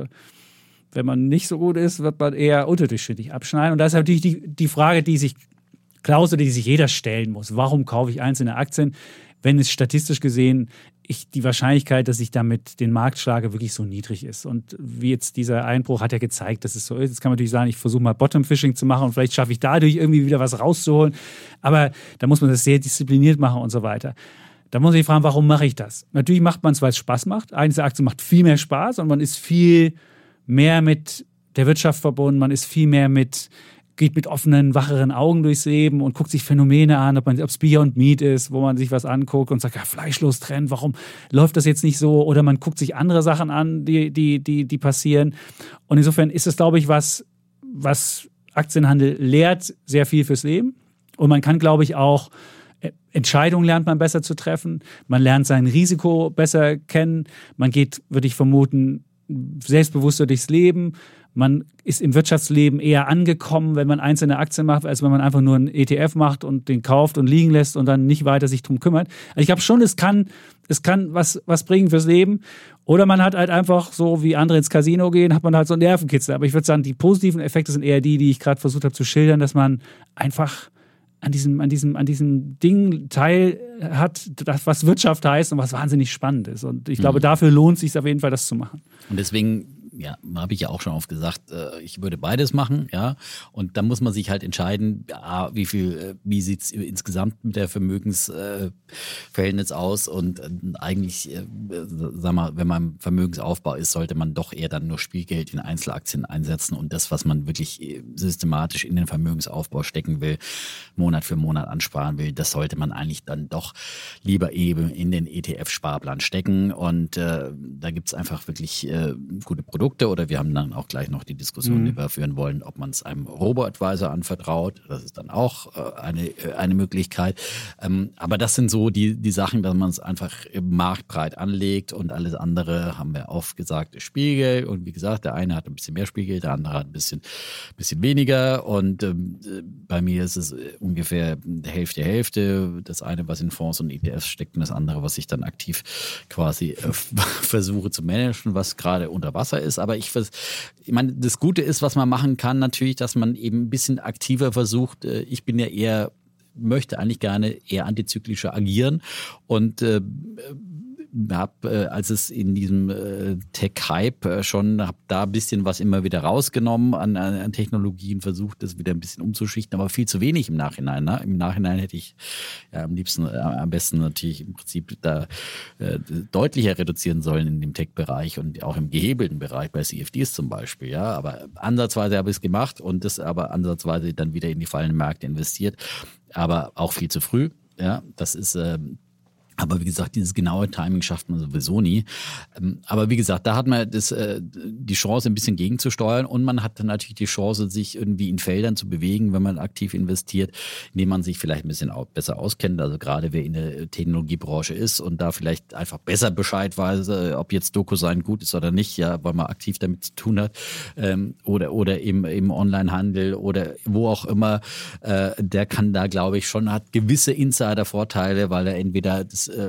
man nicht so gut ist, wird man eher unterdurchschnittlich abschneiden. Und da ist natürlich die Frage, die sich Klaus oder die sich jeder stellen muss. Warum kaufe ich einzelne Aktien, wenn es statistisch gesehen die Wahrscheinlichkeit, dass ich damit den Markt schlage, wirklich so niedrig ist. Und wie jetzt dieser Einbruch hat ja gezeigt, dass es so ist. Jetzt kann man natürlich sagen, ich versuche mal Bottom-Fishing zu machen und vielleicht schaffe ich dadurch irgendwie wieder was rauszuholen. Aber da muss man das sehr diszipliniert machen und so weiter. Da muss ich fragen, warum mache ich das? Natürlich macht man es, weil es Spaß macht. Einzelaktie macht viel mehr Spaß und man ist viel mehr mit der Wirtschaft verbunden. Man ist viel mehr geht mit offenen, wacheren Augen durchs Leben und guckt sich Phänomene an, ob es Beyond Meat ist, wo man sich was anguckt und sagt, ja, Fleischlos-Trend, warum läuft das jetzt nicht so? Oder man guckt sich andere Sachen an, die passieren. Und insofern ist es, glaube ich, was Aktienhandel lehrt, sehr viel fürs Leben. Und man kann, glaube ich, auch Entscheidungen lernt man besser zu treffen. Man lernt sein Risiko besser kennen. Man geht, würde ich vermuten, selbstbewusster durchs Leben. Man ist im Wirtschaftsleben eher angekommen, wenn man einzelne Aktien macht, als wenn man einfach nur einen ETF macht und den kauft und liegen lässt und dann nicht weiter sich drum kümmert. Also ich glaube schon, es kann was bringen fürs Leben. Oder man hat halt einfach, so wie andere ins Casino gehen, hat man halt so einen Nervenkitzel. Aber ich würde sagen, die positiven Effekte sind eher die ich gerade versucht habe zu schildern, dass man einfach an diesem Ding teil hat, das, was Wirtschaft heißt und was wahnsinnig spannend ist. Und ich glaube, dafür lohnt es sich auf jeden Fall, das zu machen. Und deswegen, ja, habe ich ja auch schon oft gesagt, ich würde beides machen, ja. Und dann muss man sich halt entscheiden, wie sieht es insgesamt mit der Vermögensverhältnis aus und eigentlich, sag mal, wenn man im Vermögensaufbau ist, sollte man doch eher dann nur Spielgeld in Einzelaktien einsetzen und das, was man wirklich systematisch in den Vermögensaufbau stecken will, Monat für Monat ansparen will, das sollte man eigentlich dann doch lieber eben in den ETF-Sparplan stecken und da gibt es einfach wirklich gute Produkte Produkte oder wir haben dann auch gleich noch die Diskussion, die wir führen wollen, ob man es einem Robo-Advisor anvertraut. Das ist dann auch eine Möglichkeit. Aber das sind so die Sachen, dass man es einfach im Markt breit anlegt und alles andere, haben wir oft gesagt, ist Spielgeld. Und wie gesagt, der eine hat ein bisschen mehr Spielgeld, der andere hat ein bisschen weniger. Und bei mir ist es ungefähr Hälfte. Das eine, was in Fonds und ETFs steckt, und das andere, was ich dann aktiv quasi versuche zu managen, was gerade unter Wasser ist. Aber ich meine, das Gute ist, was man machen kann, natürlich, dass man eben ein bisschen aktiver versucht. Ich bin ja möchte eigentlich gerne eher antizyklischer agieren und als es in diesem Tech-Hype schon, habe da ein bisschen was immer wieder rausgenommen an Technologien, versucht, das wieder ein bisschen umzuschichten, aber viel zu wenig im Nachhinein. Ne? Im Nachhinein hätte ich am liebsten, am besten natürlich im Prinzip da deutlicher reduzieren sollen in dem Tech-Bereich und auch im gehebelten Bereich bei CFDs zum Beispiel. Ja, aber ansatzweise habe ich es gemacht und das aber ansatzweise dann wieder in die fallenden Märkte investiert, aber auch viel zu früh. Ja, das ist aber wie gesagt, dieses genaue Timing schafft man sowieso nie. Aber wie gesagt, da hat man die Chance, ein bisschen gegenzusteuern und man hat dann natürlich die Chance, sich irgendwie in Feldern zu bewegen, wenn man aktiv investiert, indem man sich vielleicht ein bisschen besser auskennt. Also gerade wer in der Technologiebranche ist und da vielleicht einfach besser Bescheid weiß, ob jetzt DocuSign gut ist oder nicht, ja, weil man aktiv damit zu tun hat oder im Onlinehandel oder wo auch immer, der kann da, glaube ich, schon, hat gewisse Insider-Vorteile, weil er entweder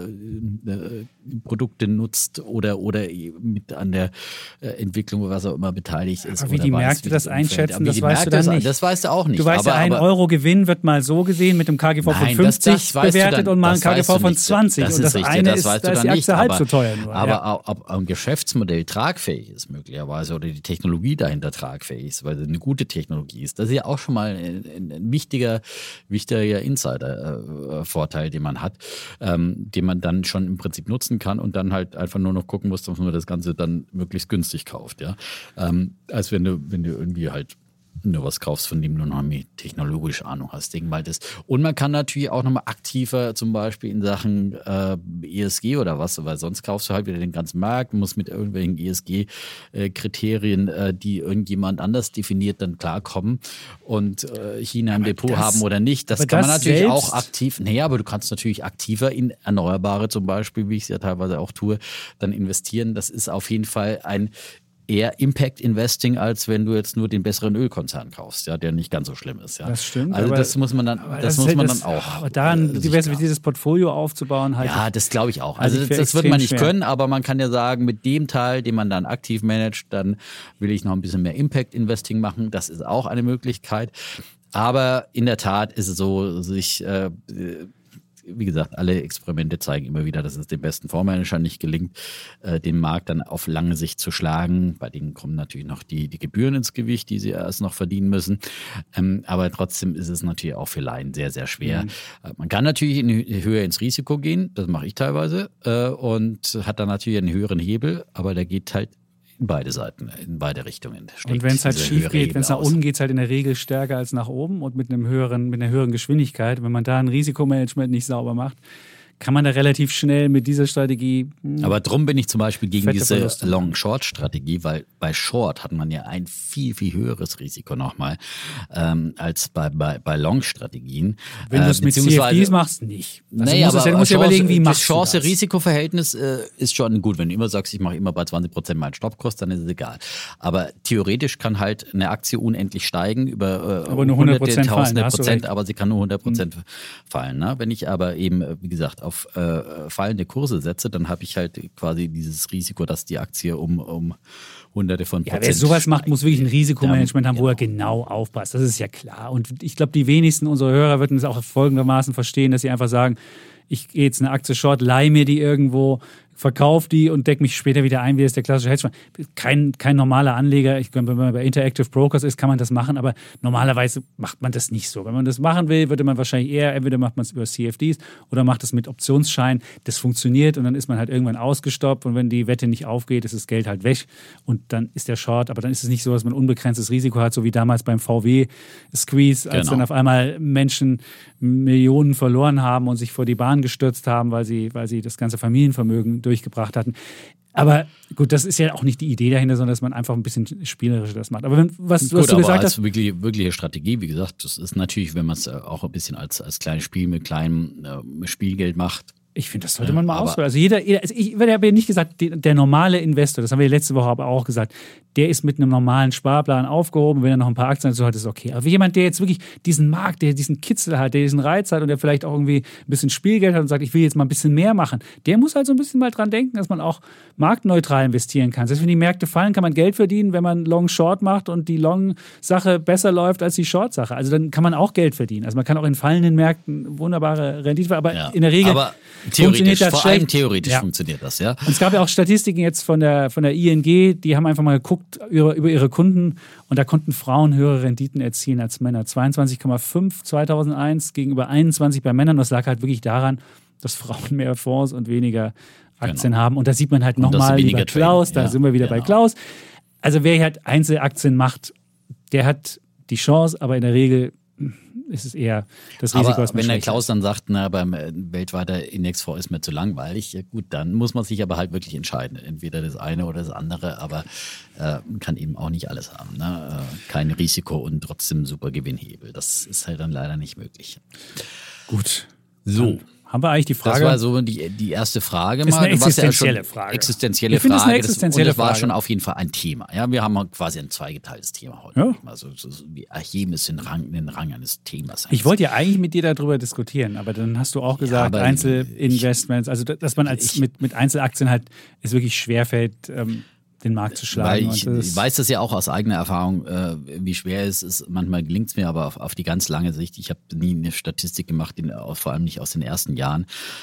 Produkte nutzt oder mit an der Entwicklung, was auch immer beteiligt ist. Aber wie die Märkte das einschätzen, das weißt du dann nicht. Das weißt du auch nicht. Du weißt ja, 1 Euro Gewinn wird mal so gesehen mit dem KGV von 50 bewertet und mal ein KGV von 20. Das und das richtig, eine das ist, weißt da du ist die dann Aktie nicht, halb so teuer nur. Aber ob ein Geschäftsmodell tragfähig ist möglicherweise oder die Technologie dahinter tragfähig ist, weil es eine gute Technologie ist, das ist ja auch schon mal ein wichtiger Insider-Vorteil, den man hat, den man dann schon im Prinzip nutzen kann und dann halt einfach nur noch gucken muss, dass man das Ganze dann möglichst günstig kauft, ja. Als wenn du irgendwie halt nur was kaufst, von dem du noch mehr technologische Ahnung hast. Und man kann natürlich auch nochmal aktiver zum Beispiel in Sachen ESG oder was, weil sonst kaufst du halt wieder den ganzen Markt, musst mit irgendwelchen ESG-Kriterien, die irgendjemand anders definiert, dann klarkommen und China im Depot haben oder nicht. Das kann man natürlich auch aktiv, aber du kannst natürlich aktiver in Erneuerbare zum Beispiel, wie ich es ja teilweise auch tue, dann investieren. Das ist auf jeden Fall ein eher Impact Investing, als wenn du jetzt nur den besseren Ölkonzern kaufst, ja, der nicht ganz so schlimm ist. Ja. Das stimmt. Also das muss man dann, auch. Aber daran dieses Portfolio aufzubauen, halt. Ja, das glaube ich auch. Also das wird man nicht können, aber man kann ja sagen, mit dem Teil, den man dann aktiv managt, dann will ich noch ein bisschen mehr Impact Investing machen. Das ist auch eine Möglichkeit. Aber in der Tat ist es so, wie gesagt, alle Experimente zeigen immer wieder, dass es dem besten Fondsmanager nicht gelingt, den Markt dann auf lange Sicht zu schlagen. Bei denen kommen natürlich noch die Gebühren ins Gewicht, die sie erst noch verdienen müssen. Aber trotzdem ist es natürlich auch für Laien sehr, sehr schwer. Man kann natürlich höher ins Risiko gehen, das mache ich teilweise, und hat dann natürlich einen höheren Hebel, aber der geht halt in beide Seiten, in beide Richtungen. Und wenn es halt schief geht, wenn es nach unten geht, es halt in der Regel stärker als nach oben und mit einer höheren Geschwindigkeit. Wenn man da ein Risikomanagement nicht sauber macht, kann man da relativ schnell mit dieser Strategie. Aber drum bin ich zum Beispiel gegen diese Long-Short-Strategie, weil bei Short hat man ja ein viel, viel höheres Risiko nochmal als bei Long-Strategien. Wenn du es mit CFDs machst, nicht. Also du musst ja überlegen, wie machst du das? Das Chance-Risiko-Verhältnis ist schon gut. Wenn du immer sagst, ich mache immer bei 20% meinen Stoppkurs, dann ist es egal. Aber theoretisch kann halt eine Aktie unendlich steigen über aber nur 100% Tausende Prozent, aber sie kann nur 100% fallen. Ne? Wenn ich aber eben, wie gesagt, auf fallende Kurse setze, dann habe ich halt quasi dieses Risiko, dass die Aktie um Hunderte von Prozent wer sowas macht, muss wirklich ein Risikomanagement haben, wo er genau aufpasst. Das ist ja klar. Und ich glaube, die wenigsten unserer Hörer würden es auch folgendermaßen verstehen, dass sie einfach sagen, ich gehe jetzt eine Aktie short, leih mir die irgendwo, verkaufe die und decke mich später wieder ein, wie es der klassische Hedgefonds. Kein normaler Anleger, wenn man bei Interactive Brokers ist, kann man das machen, aber normalerweise macht man das nicht so. Wenn man das machen will, würde man wahrscheinlich eher, entweder macht man es über CFDs oder macht es mit Optionsschein. Das funktioniert und dann ist man halt irgendwann ausgestoppt und wenn die Wette nicht aufgeht, ist das Geld halt weg und dann ist der Short, aber dann ist es nicht so, dass man unbegrenztes Risiko hat, so wie damals beim VW-Squeeze, als dann auf einmal Menschen Millionen verloren haben und sich vor die Bahn gestürzt haben, weil sie das ganze Familienvermögen durchgebracht hatten. Aber gut, das ist ja auch nicht die Idee dahinter, sondern dass man einfach ein bisschen spielerisch das macht. Aber was du aber gesagt als hast. wirkliche Strategie, wie gesagt, das ist natürlich, wenn man es auch ein bisschen als kleines Spiel mit kleinem Spielgeld macht. Ich finde, das sollte man mal ausprobieren. Also ich habe ja nicht gesagt, der normale Investor, das haben wir letzte Woche aber auch gesagt, der ist mit einem normalen Sparplan aufgehoben, wenn er noch ein paar Aktien dazu hat, ist okay. Aber jemand, der jetzt wirklich diesen Markt, der diesen Kitzel hat, der diesen Reiz hat und der vielleicht auch irgendwie ein bisschen Spielgeld hat und sagt, ich will jetzt mal ein bisschen mehr machen, der muss halt so ein bisschen mal dran denken, dass man auch marktneutral investieren kann. Das heißt, wenn die Märkte fallen, kann man Geld verdienen, wenn man Long-Short macht und die Long-Sache besser läuft als die Short-Sache. Also dann kann man auch Geld verdienen. Also man kann auch in fallenden Märkten wunderbare Rendite, aber in der Regel theoretisch, das vor allem theoretisch funktioniert das, ja. Und es gab ja auch Statistiken jetzt von der ING, die haben einfach mal geguckt über ihre Kunden und da konnten Frauen höhere Renditen erzielen als Männer. 22,5 2001 gegenüber 21 bei Männern. Das lag halt wirklich daran, dass Frauen mehr Fonds und weniger Aktien haben. Und da sieht man halt nochmal bei Klaus, da sind wir wieder bei Klaus. Also wer halt Einzelaktien macht, der hat die Chance, aber in der Regel ist es eher das Risiko, aber was man wenn der Klaus dann sagt, beim weltweiter Indexfonds ist mir zu langweilig, ja gut, dann muss man sich aber halt wirklich entscheiden. Entweder das eine oder das andere, aber man kann eben auch nicht alles haben. Ne? Kein Risiko und trotzdem super Gewinnhebel. Das ist halt dann leider nicht möglich. Gut. So. Haben wir eigentlich die Frage? Das war so die erste Frage. Das ist eine existenzielle Frage. Existenzielle Frage. Und das war schon auf jeden Fall ein Thema. Ja, wir haben quasi ein zweigeteiltes Thema heute. Ja. Also wir erheben es in den Rang eines Themas. Ich wollte ja eigentlich mit dir darüber diskutieren, aber dann hast du auch gesagt, Einzelinvestments, also dass man mit Einzelaktien halt es wirklich schwerfällt, den Markt zu schlagen. Weil ich weiß das ja auch aus eigener Erfahrung, wie schwer es ist. Manchmal gelingt es mir aber auf die ganz lange Sicht. Ich habe nie eine Statistik gemacht, vor allem nicht aus den ersten Jahren.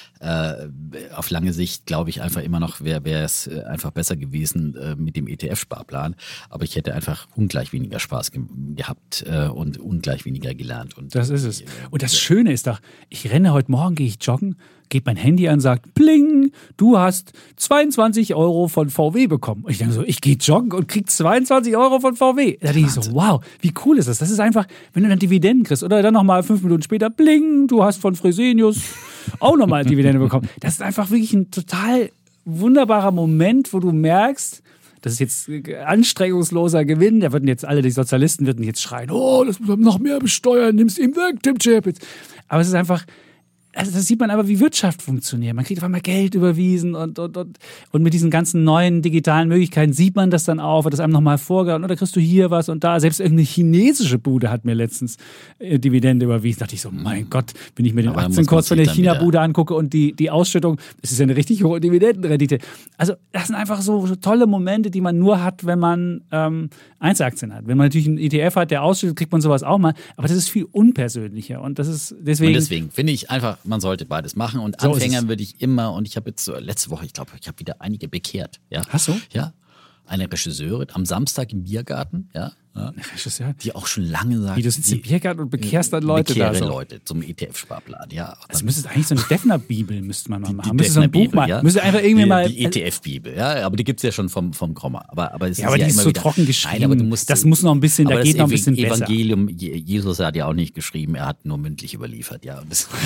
Auf lange Sicht glaube ich einfach immer noch, wäre es einfach besser gewesen mit dem ETF-Sparplan. Aber ich hätte einfach ungleich weniger Spaß gehabt und ungleich weniger gelernt. Und das ist es. Und das Schöne ist doch, ich renne heute Morgen, gehe ich joggen, geht mein Handy an, sagt, pling, du hast 22 € von VW bekommen. Und ich denke so, ich gehe joggen und krieg 22 € von VW. Da denke ich so, wow, wie cool ist das? Das ist einfach, wenn du dann Dividenden kriegst oder dann nochmal 5 Minuten später, bling, du hast von Fresenius auch nochmal Dividende bekommen. Das ist einfach wirklich ein total wunderbarer Moment, wo du merkst, das ist jetzt anstrengungsloser Gewinn. Da würden jetzt alle, die Sozialisten würden jetzt schreien, oh, das muss man noch mehr besteuern, nimm's ihm weg, Tim Chapitz. Aber es ist einfach, also das sieht man aber, wie Wirtschaft funktioniert. Man kriegt auf einmal Geld überwiesen und mit diesen ganzen neuen digitalen Möglichkeiten sieht man das dann auch, wird das einem nochmal vorgehalten, oder kriegst du hier was und da. Selbst irgendeine chinesische Bude hat mir letztens Dividende überwiesen. Da dachte ich so, mein Gott, wenn ich mir den Aktienkurs von der China-Bude angucke und die Ausschüttung, das ist ja eine richtig hohe Dividendenrendite. Also das sind einfach so tolle Momente, die man nur hat, wenn man Einzelaktien hat. Wenn man natürlich einen ETF hat, der ausschüttet, kriegt man sowas auch mal. Aber das ist viel unpersönlicher und das ist deswegen finde ich einfach, man sollte beides machen und so Anfängern würde ich immer, und ich habe jetzt letzte Woche, ich glaube, ich habe wieder einige bekehrt. Ja. Hast du? Ja. Eine Regisseurin am Samstag im Biergarten, ja. Die auch schon lange sagt. Wie, du sitzt im Biergarten und bekehrst dann Leute da so. Leute zum ETF-Sparplan, ja. Das müsste eigentlich so eine Defner-Bibel müsste man mal machen. Müsste so ein Buch mal. Ja. Müsste einfach irgendwie mal. Die ETF-Bibel, ja. Aber die gibt es ja schon vom Krommer. Aber es ist die ist so trocken geschrieben. Nein, aber das muss noch ein bisschen, da geht noch ein bisschen besser. Evangelium, Jesus hat ja auch nicht geschrieben, er hat nur mündlich überliefert, ja. Und das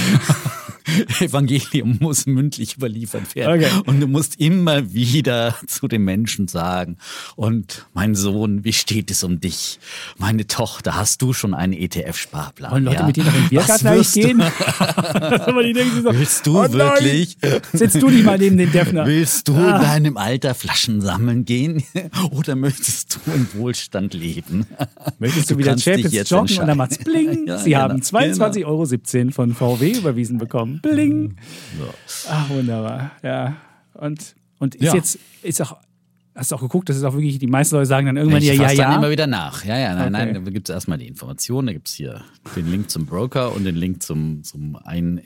Evangelium muss mündlich überliefert werden. Okay. Und du musst immer wieder zu den Menschen sagen, und mein Sohn, wie steht es um dich? Meine Tochter, hast du schon einen ETF-Sparplan? Wollen Leute mit dir noch in den Biergarten eigentlich gehen? Willst du wirklich? Sitzt du nicht mal neben den Defner? Willst du in deinem Alter Flaschen sammeln gehen? Oder möchtest du in Wohlstand leben? Möchtest du wieder Chapitz joggen und dann macht's bling. Ja, Sie haben 22,17 € von VW überwiesen bekommen. Bling. So. Ach, wunderbar. Ja. Und ist auch. Hast du auch geguckt, das ist auch wirklich, die meisten Leute sagen dann irgendwann ja. Dann immer wieder nach. Nein, da gibt es erstmal die Informationen, da gibt es hier den Link zum Broker und den Link zum einen.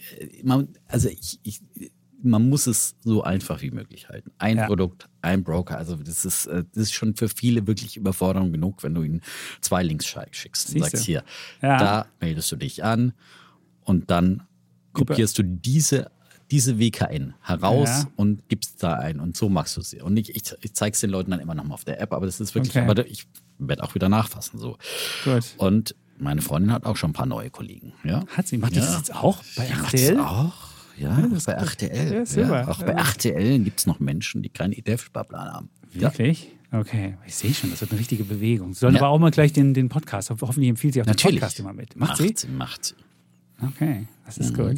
Man muss es so einfach wie möglich halten. Ein Produkt, ein Broker. Also das ist schon für viele wirklich Überforderung genug, wenn du ihnen 2 Links schickst und sagst, hier, da meldest du dich an und dann kopierst du diese WKN heraus und gibst da ein und so machst du sie. Und ich zeige es den Leuten dann immer noch mal auf der App, aber das ist wirklich, aber ich werde auch wieder nachfassen. So. Gut. Und meine Freundin hat auch schon ein paar neue Kollegen. Ja? Hat sie? Macht die das jetzt auch bei RTL? Auch. Ja, auch bei RTL. Ja, super. Auch bei RTL gibt es noch Menschen, die keinen ETF-Sparplan haben. Wirklich? Okay, ich sehe schon, das wird eine richtige Bewegung. Sie sollen aber auch mal gleich den Podcast, hoffentlich empfiehlt sie auch den Podcast immer mit. Macht sie? Macht sie. Okay, das ist gut.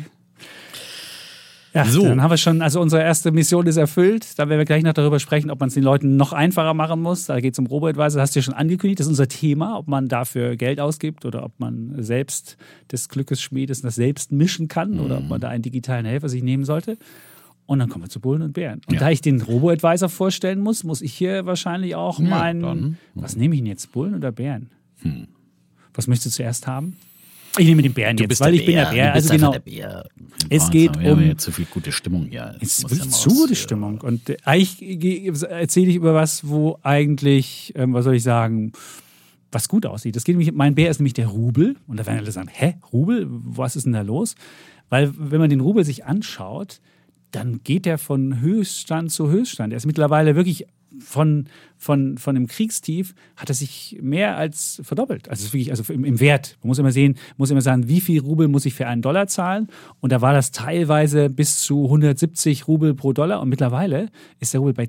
Ja, so. Dann haben wir schon, also unsere erste Mission ist erfüllt. Da werden wir gleich noch darüber sprechen, ob man es den Leuten noch einfacher machen muss. Da geht es um Robo-Advisor, das hast du ja schon angekündigt. Das ist unser Thema, ob man dafür Geld ausgibt oder ob man selbst des Glückes Schmied ist und das selbst mischen kann oder ob man da einen digitalen Helfer sich nehmen sollte. Und dann kommen wir zu Bullen und Bären. Und da ich den Robo-Advisor vorstellen muss ich hier wahrscheinlich auch was nehme ich denn jetzt, Bullen oder Bären? Was möchtest du zuerst haben? Ich nehme den Bären jetzt, weil ich bin der Bär. Also genau. Der Bär. Es geht wir haben jetzt zu viel gute Stimmung hier. Es ist wirklich zu gute Stimmung. Und eigentlich erzähle ich über was, wo eigentlich, was soll ich sagen, was gut aussieht. Mein Bär ist nämlich der Rubel. Und da werden alle sagen, Rubel? Was ist denn da los? Weil wenn man den Rubel sich anschaut, dann geht der von Höchststand zu Höchststand. Er ist mittlerweile wirklich von dem Kriegstief hat er sich mehr als verdoppelt. Also wirklich, also im Wert. Man muss immer sagen, wie viel Rubel muss ich für einen Dollar zahlen? Und da war das teilweise bis zu 170 Rubel pro Dollar. Und mittlerweile ist der Rubel bei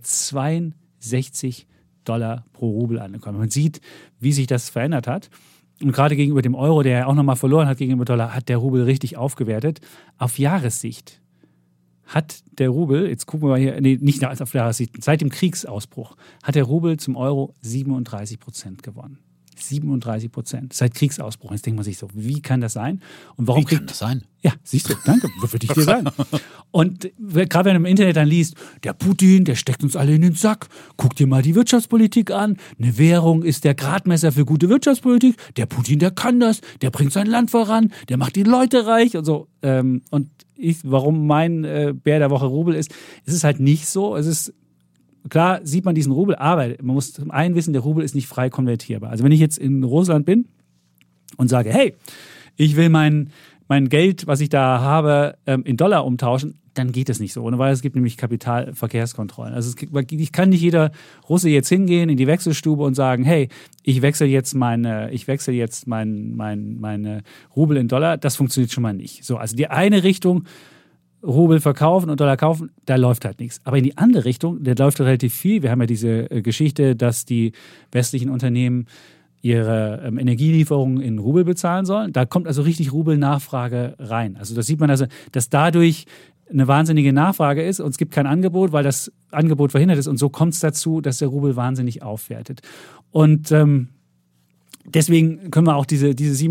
62 Dollar pro Rubel angekommen. Man sieht, wie sich das verändert hat. Und gerade gegenüber dem Euro, der ja auch nochmal verloren hat gegenüber Dollar, hat der Rubel richtig aufgewertet. Auf Jahressicht hat der Rubel, jetzt gucken wir mal hier, nicht auf Jahressicht, seit dem Kriegsausbruch, hat der Rubel zum Euro 37% gewonnen. 37% seit Kriegsausbruch. Jetzt denkt man sich so, wie kann das sein? Und warum kann das sein? Ja, siehst du, danke, würde ich dir sagen. Und gerade wenn du im Internet dann liest, der Putin, der steckt uns alle in den Sack. Guck dir mal die Wirtschaftspolitik an. Eine Währung ist der Gradmesser für gute Wirtschaftspolitik. Der Putin, der kann das. Der bringt sein Land voran. Der macht die Leute reich und so. Warum mein Bär der Woche Rubel ist, es ist halt nicht so. Es ist klar, sieht man diesen Rubel, aber man muss zum einen wissen, der Rubel ist nicht frei konvertierbar. Also wenn ich jetzt in Russland bin und sage, hey, ich will mein Geld, was ich da habe, in Dollar umtauschen, dann geht es nicht so, weil es gibt nämlich Kapitalverkehrskontrollen. Also ich kann nicht jeder Russe jetzt hingehen in die Wechselstube und sagen, hey, ich wechsle jetzt meine Rubel in Dollar. Das funktioniert schon mal nicht. So, also die eine Richtung, Rubel verkaufen und Dollar kaufen, da läuft halt nichts. Aber in die andere Richtung, da läuft relativ viel. Wir haben ja diese Geschichte, dass die westlichen Unternehmen ihre Energielieferungen in Rubel bezahlen sollen. Da kommt also richtig Rubelnachfrage rein. Also das sieht man also, dass dadurch eine wahnsinnige Nachfrage ist und es gibt kein Angebot, weil das Angebot verhindert ist. Und so kommt es dazu, dass der Rubel wahnsinnig aufwertet. Und deswegen können wir auch diese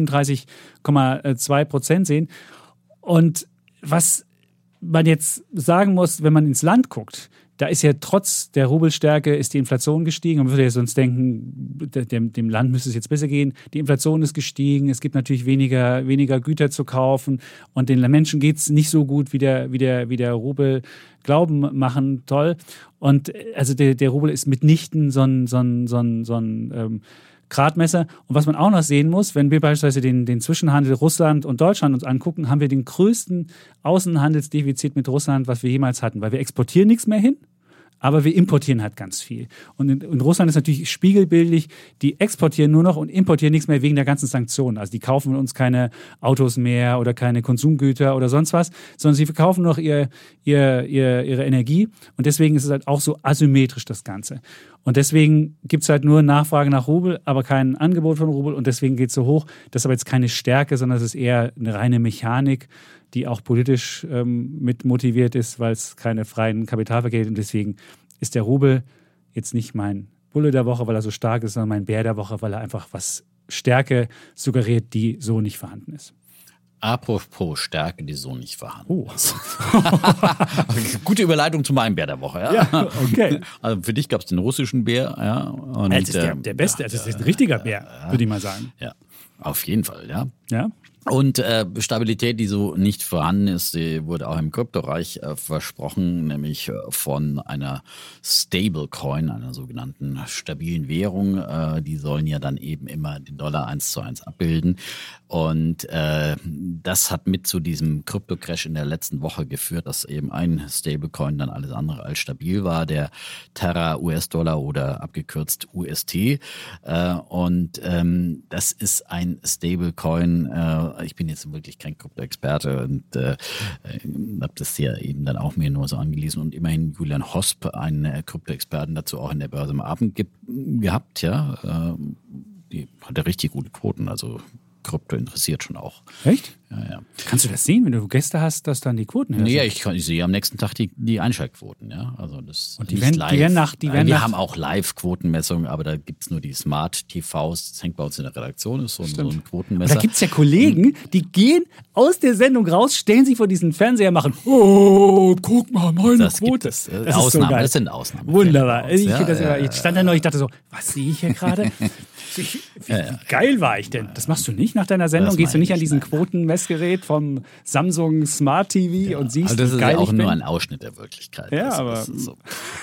37,2% sehen. Und was man jetzt sagen muss, wenn man ins Land guckt, da ist ja trotz der Rubelstärke ist die Inflation gestiegen. Man würde ja sonst denken, dem Land müsste es jetzt besser gehen. Die Inflation ist gestiegen, es gibt natürlich weniger Güter zu kaufen und den Menschen geht es nicht so gut, wie der Rubel glauben machen, toll. Und also der Rubel ist mitnichten so ein Gradmesser. Und was man auch noch sehen muss, wenn wir beispielsweise den Zwischenhandel Russland und Deutschland uns angucken, haben wir den größten Außenhandelsdefizit mit Russland, was wir jemals hatten, weil wir exportieren nichts mehr hin, aber wir importieren halt ganz viel. Und in Russland ist natürlich spiegelbildlich, die exportieren nur noch und importieren nichts mehr wegen der ganzen Sanktionen. Also die kaufen von uns keine Autos mehr oder keine Konsumgüter oder sonst was, sondern sie verkaufen noch ihre Energie. Und deswegen ist es halt auch so asymmetrisch, das Ganze. Und deswegen gibt es halt nur Nachfrage nach Rubel, aber kein Angebot von Rubel und deswegen geht es so hoch. Das ist aber jetzt keine Stärke, sondern es ist eher eine reine Mechanik, die auch politisch mit motiviert ist, weil es keine freien Kapitalverkehr gibt. Und deswegen ist der Rubel jetzt nicht mein Bulle der Woche, weil er so stark ist, sondern mein Bär der Woche, weil er einfach was Stärke suggeriert, die so nicht vorhanden ist. Apropos Stärke, die so nicht vorhanden ist. Gute Überleitung zu meinem Bär der Woche. Ja, okay. Also für dich gab es den russischen Bär. Ja, und das ist der beste, das ist ein richtiger Bär, würde ich mal sagen. Ja, auf jeden Fall, ja. Ja. Und Stabilität, die so nicht vorhanden ist, die wurde auch im Kryptoreich versprochen, nämlich von einer Stablecoin, einer sogenannten stabilen Währung. Die sollen ja dann eben immer den Dollar 1:1 abbilden. Und das hat mit zu diesem Krypto-Crash in der letzten Woche geführt, dass eben ein Stablecoin dann alles andere als stabil war, der Terra US-Dollar oder abgekürzt UST. Und das ist ist ein Stablecoin. Ich bin jetzt wirklich kein Krypto-Experte und habe das ja eben dann auch mir nur so angelesen und immerhin Julian Hosp, einen Krypto-Experten, dazu auch in der Börse am Abend gehabt, ja. Die hat ja richtig gute Quoten, also Krypto interessiert schon auch. Echt? Ja. Kannst du das sehen, wenn du Gäste hast, dass dann die Quoten höher sind? Ja, ich sehe am nächsten Tag die Einschaltquoten. Ja? Also das und die werden nach... Wir haben auch Live-Quotenmessungen, aber da gibt es nur die Smart-TVs. Das hängt bei uns in der Redaktion, ist so ein Quotenmesser. Da gibt es ja Kollegen, die gehen aus der Sendung raus, stellen sich vor diesen Fernseher, machen guck mal, meine Quote. Das ist so geil. Das sind Ausnahmen. Wunderbar. Ich stand da noch, ich dachte so, was sehe ich hier gerade? Wie geil war ich denn? Das machst du nicht nach deiner Sendung? Gehst du nicht an diesen Quotenmessgerät vom Samsung Smart TV und siehst, das wie geil ich bin? Das ist ja auch nur ein Ausschnitt der Wirklichkeit. Ja, das aber... So.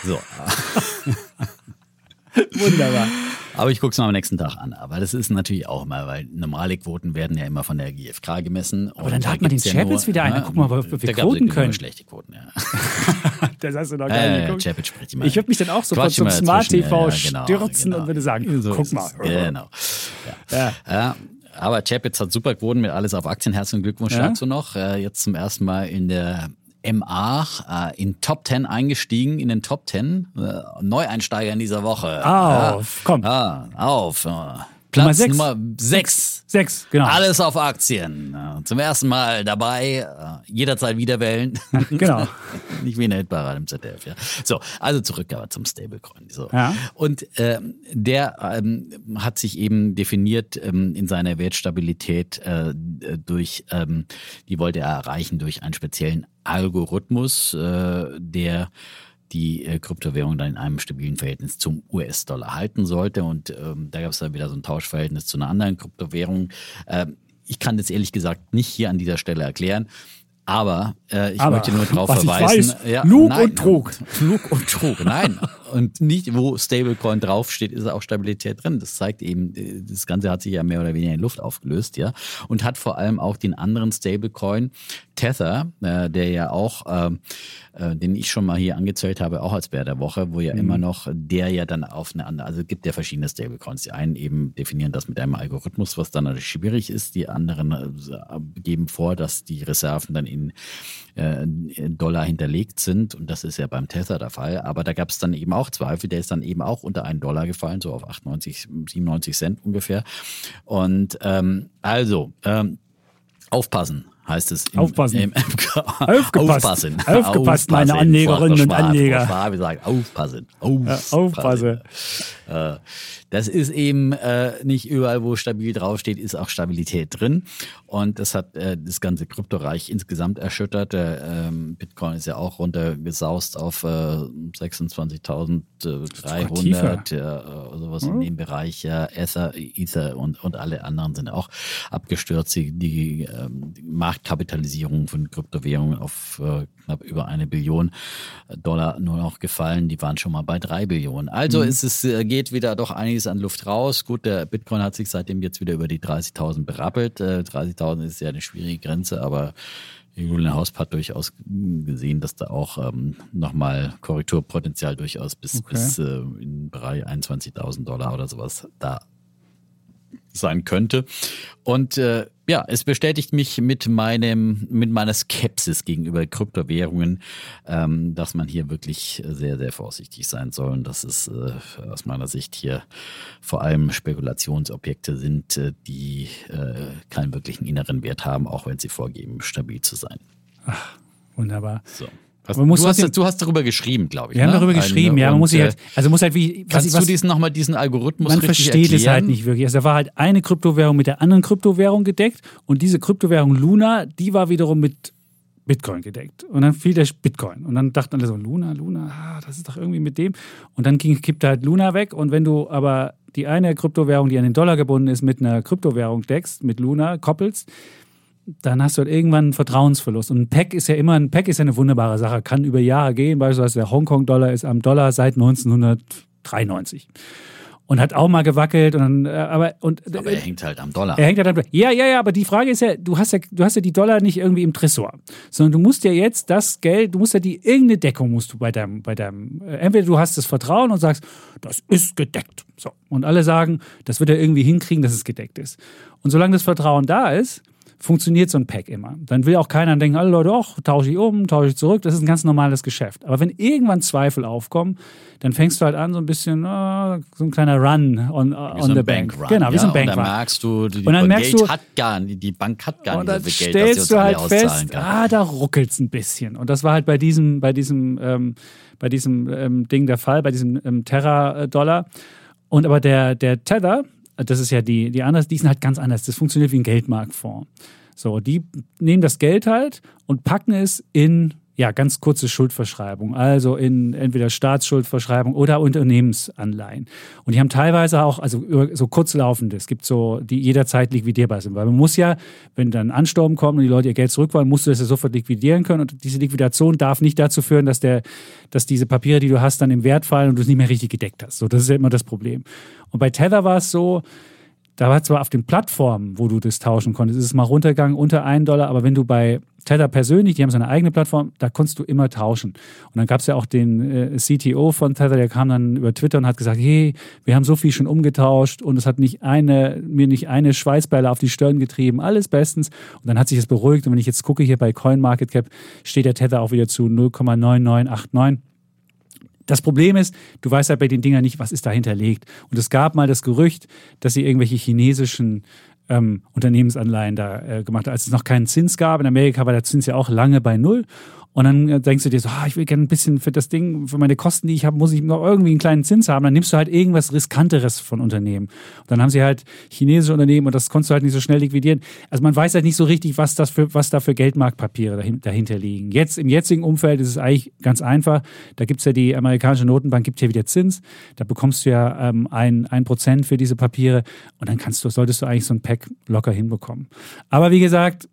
Wunderbar. Aber ich gucke es mal am nächsten Tag an. Aber das ist natürlich auch mal, weil normale Quoten werden ja immer von der GfK gemessen. Aber dann hat man den Chapitz wieder ein. Guck mal, ob wir Quoten können. Nur schlechte Quoten, ja. Das hast du noch gar nicht geguckt. Chapitz spricht immer. Ich würde mich dann auch sofort zum Smart TV stürzen und würde sagen, so guck mal. Genau. Ja. Aber Chapitz hat super Quoten mit alles auf Aktien. Herzlichen Glückwunsch dazu noch. Jetzt zum ersten Mal in der MA in Top 10 eingestiegen, in den Top 10. Neueinsteiger in dieser Woche. Komm. Auf. Platz Nummer 6. 6, genau. Alles auf Aktien. Zum ersten Mal dabei. Jederzeit wieder wählen. Genau. Nicht wie in der Hitparade im ZDF. Ja. So, also zurück aber zum Stablecoin. So. Ja. Und der hat sich eben definiert in seiner Wertstabilität durch, die wollte er erreichen durch einen speziellen Algorithmus, der die Kryptowährung dann in einem stabilen Verhältnis zum US-Dollar halten sollte. Und da gab es dann wieder so ein Tauschverhältnis zu einer anderen Kryptowährung. Ich kann das ehrlich gesagt nicht hier an dieser Stelle erklären. Aber ich möchte nur darauf verweisen. Lug und Trug. Flug und Trug, nein. Und nicht, wo Stablecoin draufsteht, ist auch Stabilität drin. Das zeigt eben, das Ganze hat sich ja mehr oder weniger in Luft aufgelöst, ja. Und hat vor allem auch den anderen Stablecoin, Tether, der ja auch, den ich schon mal hier angezählt habe, auch als Bär der Woche, wo ja immer noch der ja dann auf eine andere, also es gibt ja verschiedene Stablecoins. Die einen eben definieren das mit einem Algorithmus, was dann natürlich schwierig ist. Die anderen geben vor, dass die Reserven dann in Dollar hinterlegt sind. Und das ist ja beim Tether der Fall. Aber da gab es dann eben auch Zweifel. Der ist dann eben auch unter $1 gefallen, so auf 98, 97 Cent ungefähr. Und aufpassen. Heißt es Aufpassen. Aufpassen, meine Anlegerinnen und Anleger. Wir sagen aufpassen. Aufpassen. Das ist eben nicht überall, wo stabil draufsteht, ist auch Stabilität drin. Und das hat das ganze Kryptoreich insgesamt erschüttert. Bitcoin ist ja auch runtergesaust auf 26.300, sowas in dem Bereich. Ether und alle anderen sind auch abgestürzt. Die Marktkapitalisierung von Kryptowährungen auf knapp über $1 Billion nur noch gefallen. Die waren schon mal bei 3 Billionen. Also geht wieder doch einiges an Luft raus. Gut, der Bitcoin hat sich seitdem jetzt wieder über die 30.000 berappelt. 30.000 ist ja eine schwierige Grenze, aber Julian Hosp hat durchaus gesehen, dass da auch nochmal Korrekturpotenzial durchaus bis in den Bereich $21.000 oder sowas da sein könnte. Und es bestätigt mich mit meiner Skepsis gegenüber Kryptowährungen, dass man hier wirklich sehr, sehr vorsichtig sein soll. Und dass es aus meiner Sicht hier vor allem Spekulationsobjekte sind, die keinen wirklichen inneren Wert haben, auch wenn sie vorgeben, stabil zu sein. Ach, wunderbar. So. Du hast darüber geschrieben, glaube ich. Wir haben darüber geschrieben, ja. Man muss diesen Algorithmus man richtig versteht erklären? Es halt nicht wirklich. Also da war halt eine Kryptowährung mit der anderen Kryptowährung gedeckt und diese Kryptowährung Luna, die war wiederum mit Bitcoin gedeckt. Und dann fiel der Bitcoin. Und dann dachten alle so, Luna, das ist doch irgendwie mit dem. Und dann kippte halt Luna weg. Und wenn du aber die eine Kryptowährung, die an den Dollar gebunden ist, mit einer Kryptowährung deckst, mit Luna koppelst, dann hast du halt irgendwann einen Vertrauensverlust. Und ein Peg ist ja eine wunderbare Sache, kann über Jahre gehen. Beispielsweise der Hongkong-Dollar ist am Dollar seit 1993. Und hat auch mal gewackelt. Aber er hängt halt am Dollar. Er hängt halt am Dollar. Ja, aber die Frage ist ja, du hast ja die Dollar nicht irgendwie im Tresor, sondern du musst ja jetzt das Geld, irgendeine Deckung musst du bei deinem, entweder du hast das Vertrauen und sagst, das ist gedeckt. So. Und alle sagen, das wird er irgendwie hinkriegen, dass es gedeckt ist. Und solange das Vertrauen da ist, funktioniert so ein Pack immer. Dann will auch keiner denken, alle Leute, tausche ich um, tausche ich zurück. Das ist ein ganz normales Geschäft. Aber wenn irgendwann Zweifel aufkommen, dann fängst du halt an, so ein bisschen, so ein kleiner Run on the bank. Genau, wie so ein Bankrun. Und dann merkst du, die Bank hat gar nicht so viel Geld, dass stellst sie du uns halt alle fest, auszahlen kann. da ruckelt es ein bisschen. Und das war halt bei diesem Ding der Fall, bei diesem Terra-Dollar. Und aber der Tether, das ist ja die andere, die sind halt ganz anders. Das funktioniert wie ein Geldmarktfonds. So, die nehmen das Geld halt und packen es in ganz kurze Schuldverschreibung, also in entweder Staatsschuldverschreibung oder Unternehmensanleihen. Und die haben teilweise auch, also so kurzlaufende, es gibt so, die jederzeit liquidierbar sind. Weil man muss ja, wenn dann Ansturm kommt und die Leute ihr Geld zurückwollen, musst du das ja sofort liquidieren können. Und diese Liquidation darf nicht dazu führen, dass diese Papiere, die du hast, dann im Wert fallen und du es nicht mehr richtig gedeckt hast. So, das ist ja immer das Problem. Und bei Tether war es so, da war zwar auf den Plattformen, wo du das tauschen konntest, ist es mal runtergegangen unter $1, aber wenn du bei Tether persönlich, die haben so eine eigene Plattform, da konntest du immer tauschen. Und dann gab es ja auch den CTO von Tether, der kam dann über Twitter und hat gesagt, hey, wir haben so viel schon umgetauscht und es hat mir nicht eine Schweißperle auf die Stirn getrieben, alles bestens. Und dann hat sich das beruhigt und wenn ich jetzt gucke hier bei CoinMarketCap, steht der Tether auch wieder zu 0,9989. Das Problem ist, du weißt halt bei den Dingern nicht, was ist dahinter liegt. Und es gab mal das Gerücht, dass sie irgendwelche chinesischen Unternehmensanleihen da gemacht haben, als es noch keinen Zins gab. In Amerika war der Zins ja auch lange bei 0. Und dann denkst du dir so, ich will gerne ein bisschen für das Ding, für meine Kosten, die ich habe, muss ich noch irgendwie einen kleinen Zins haben. Dann nimmst du halt irgendwas Riskanteres von Unternehmen. Und dann haben sie halt chinesische Unternehmen und das konntest du halt nicht so schnell liquidieren. Also man weiß halt nicht so richtig, was da für Geldmarktpapiere dahinter liegen. Jetzt im jetzigen Umfeld ist es eigentlich ganz einfach. Da gibt es ja die amerikanische Notenbank, gibt ja wieder Zins. Da bekommst du ja 1% für diese Papiere und dann solltest du eigentlich so ein Pack locker hinbekommen. Aber wie gesagt,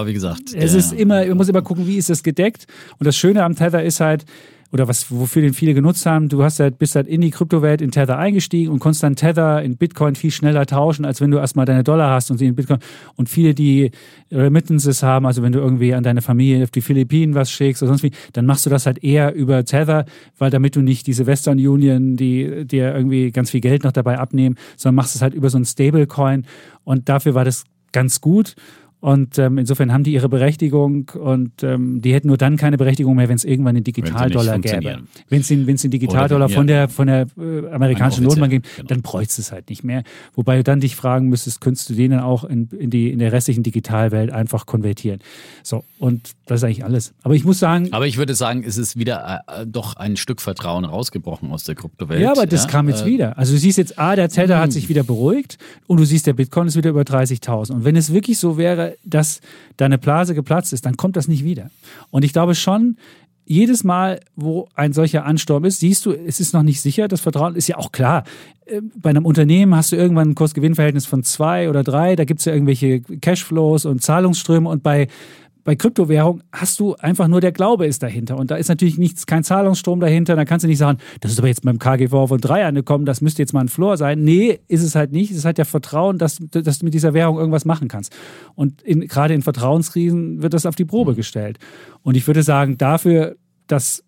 es ist immer, man muss immer gucken, wie ist das gedeckt. Und das Schöne am Tether ist halt, oder wofür den viele genutzt haben, du bist halt in die Kryptowelt in Tether eingestiegen und konntest dann Tether in Bitcoin viel schneller tauschen, als wenn du erstmal deine Dollar hast und sie in Bitcoin. Und viele, die Remittances haben, also wenn du irgendwie an deine Familie auf die Philippinen was schickst oder sonst wie, dann machst du das halt eher über Tether, weil damit du nicht diese Western Union, die dir irgendwie ganz viel Geld noch dabei abnehmen, sondern machst es halt über so einen Stablecoin. Und dafür war das ganz gut. Und insofern haben die ihre Berechtigung und die hätten nur dann keine Berechtigung mehr, wenn es irgendwann einen Digitaldollar gäbe. Wenn es den Digitaldollar von der amerikanischen Notenbank gibt, dann bräuchte es halt nicht mehr. Wobei du dann dich fragen müsstest, könntest du den dann auch in der restlichen Digitalwelt einfach konvertieren. So, und das ist eigentlich alles. Aber ich muss sagen... Aber ich würde sagen, es ist wieder doch ein Stück Vertrauen rausgebrochen aus der Kryptowelt. Ja, aber das kam jetzt wieder. Also du siehst jetzt, der Tether hat sich wieder beruhigt und du siehst, der Bitcoin ist wieder über 30.000. Und wenn es wirklich so wäre, dass deine Blase geplatzt ist, dann kommt das nicht wieder. Und ich glaube schon, jedes Mal, wo ein solcher Ansturm ist, siehst du, es ist noch nicht sicher, das Vertrauen ist ja auch klar. Bei einem Unternehmen hast du irgendwann ein Kurs-Gewinn-Verhältnis von 2 oder 3, da gibt es ja irgendwelche Cashflows und Zahlungsströme und bei Kryptowährung hast du einfach nur der Glaube ist dahinter. Und da ist natürlich kein Zahlungsstrom dahinter. Da kannst du nicht sagen, das ist aber jetzt beim KGV von 3 angekommen, das müsste jetzt mal ein Floor sein. Nee, ist es halt nicht. Es ist halt der Vertrauen, dass du mit dieser Währung irgendwas machen kannst. Und gerade in Vertrauenskrisen wird das auf die Probe gestellt. Und ich würde sagen, dafür, dass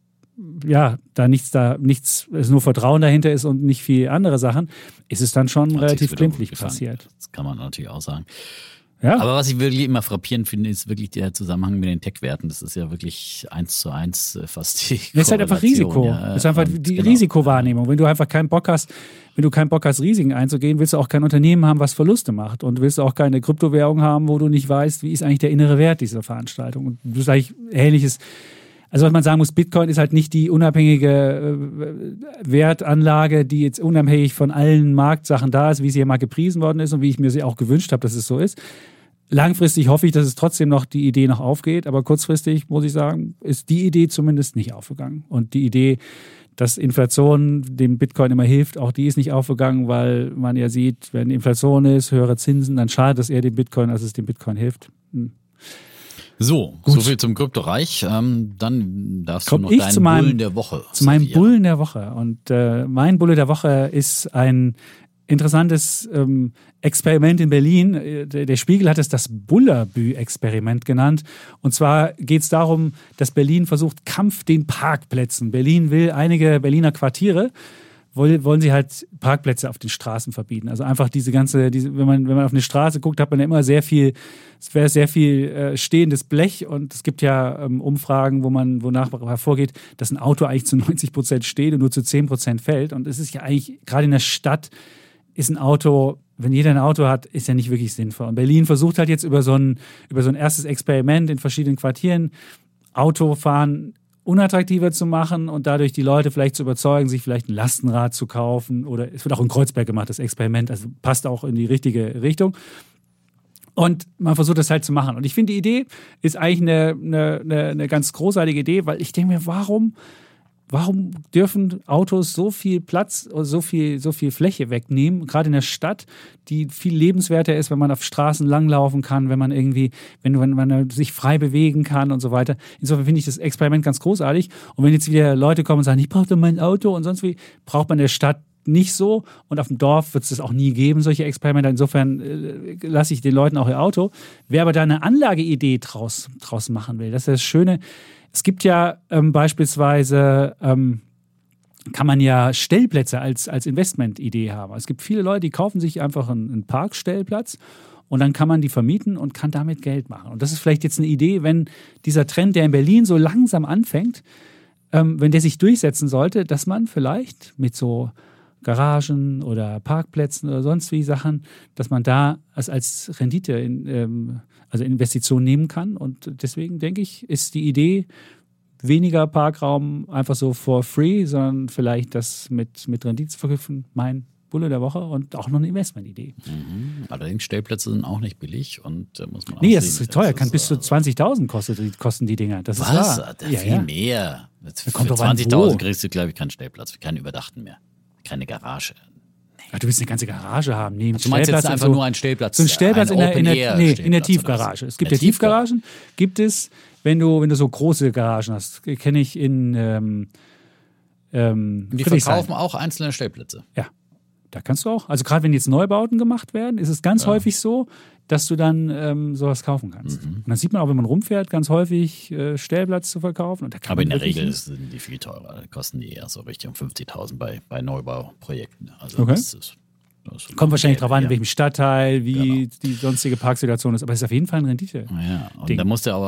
da nichts, nur Vertrauen dahinter ist und nicht viel andere Sachen, ist es dann schon relativ glimpflich passiert. Das kann man natürlich auch sagen. Ja. Aber was ich wirklich immer frappierend finde, ist wirklich der Zusammenhang mit den Tech-Werten. Das ist ja wirklich 1:1 fast die Das ist halt einfach Risiko. Das ist einfach die Risikowahrnehmung. Wenn du einfach keinen Bock hast, Risiken einzugehen, willst du auch kein Unternehmen haben, was Verluste macht. Und willst du auch keine Kryptowährung haben, wo du nicht weißt, wie ist eigentlich der innere Wert dieser Veranstaltung. Und das ist eigentlich Ähnliches. Also was man sagen muss, Bitcoin ist halt nicht die unabhängige Wertanlage, die jetzt unabhängig von allen Marktsachen da ist, wie sie ja mal gepriesen worden ist und wie ich mir sie auch gewünscht habe, dass es so ist. Langfristig hoffe ich, dass es trotzdem noch die Idee noch aufgeht, aber kurzfristig, muss ich sagen, ist die Idee zumindest nicht aufgegangen. Und die Idee, dass Inflation dem Bitcoin immer hilft, auch die ist nicht aufgegangen, weil man ja sieht, wenn Inflation ist, höhere Zinsen, dann schadet es eher dem Bitcoin, als es dem Bitcoin hilft. So viel zum Kryptoreich. Dann darfst du noch deinen Bullen der Woche zu meinem Bullen der Woche. Und mein Bulle der Woche ist ein interessantes Experiment in Berlin. Der Spiegel hat es das Bullabü-Experiment genannt. Und zwar geht es darum, dass Berlin versucht, Kampf den Parkplätzen. Berlin will einige Berliner Quartiere, wollen sie halt Parkplätze auf den Straßen verbieten. Also einfach wenn man auf eine Straße guckt, hat man ja immer sehr viel stehendes Blech, und es gibt ja Umfragen, wonach hervorgeht, dass ein Auto eigentlich zu 90% steht und nur zu 10% fällt. Und es ist ja eigentlich, gerade in der Stadt, ist ein Auto, wenn jeder ein Auto hat, ist ja nicht wirklich sinnvoll. Und Berlin versucht halt jetzt über so ein erstes Experiment in verschiedenen Quartieren Autofahren unattraktiver zu machen und dadurch die Leute vielleicht zu überzeugen, sich vielleicht ein Lastenrad zu kaufen. Oder es wird auch in Kreuzberg gemacht, das Experiment, also passt auch in die richtige Richtung. Und man versucht das halt zu machen. Und ich finde, die Idee ist eigentlich eine ganz großartige Idee, weil ich denke mir, warum dürfen Autos so viel Platz, so viel Fläche wegnehmen, gerade in der Stadt, die viel lebenswerter ist, wenn man auf Straßen langlaufen kann, wenn man sich frei bewegen kann und so weiter. Insofern finde ich das Experiment ganz großartig. Und wenn jetzt wieder Leute kommen und sagen, ich brauche doch mein Auto und sonst wie, braucht man in der Stadt nicht so. Und auf dem Dorf wird es das auch nie geben, solche Experimente. Insofern lasse ich den Leuten auch ihr Auto. Wer aber da eine Anlageidee draus machen will, das ist das Schöne. Es gibt ja beispielsweise, kann man ja Stellplätze als Investmentidee haben. Es gibt viele Leute, die kaufen sich einfach einen Parkstellplatz und dann kann man die vermieten und kann damit Geld machen. Und das ist vielleicht jetzt eine Idee, wenn dieser Trend, der in Berlin so langsam anfängt, wenn der sich durchsetzen sollte, dass man vielleicht mit so Garagen oder Parkplätzen oder sonst wie Sachen, dass man da als Rendite also Investition nehmen kann. Und deswegen denke ich, ist die Idee weniger Parkraum einfach so for free, sondern vielleicht das mit Rendite zu verknüpfen, mein Bulle der Woche und auch noch eine Investmentidee. Allerdings Stellplätze sind auch nicht billig und muss man auch das ist teuer, kann bis zu 20.000 kosten die Dinger. Das ist wahr. Viel mehr. Für 20.000 kriegst du, glaube ich, keinen Stellplatz, keinen überdachten mehr. Keine Garage. Ach, du willst eine ganze Garage haben. Nee, du meinst jetzt einfach nur einen Stellplatz? So ein Stellplatz in der Tiefgarage. Es gibt ja Tiefgaragen. Gibt es, wenn du so große Garagen hast, kenne ich in die verkaufen auch einzelne Stellplätze. Ja, da kannst du auch. Also gerade wenn jetzt Neubauten gemacht werden, ist es ganz häufig so, dass du dann sowas kaufen kannst. Und dann sieht man auch, wenn man rumfährt, ganz häufig Stellplatz zu verkaufen. Und da kann aber in der Regel sind die viel teurer. Da kosten die eher so Richtung 50.000 bei Neubauprojekten. Also okay. Kommt wahrscheinlich drauf an, in welchem Stadtteil, wie die sonstige Parksituation ist. Aber es ist auf jeden Fall eine Rendite. Ja, und da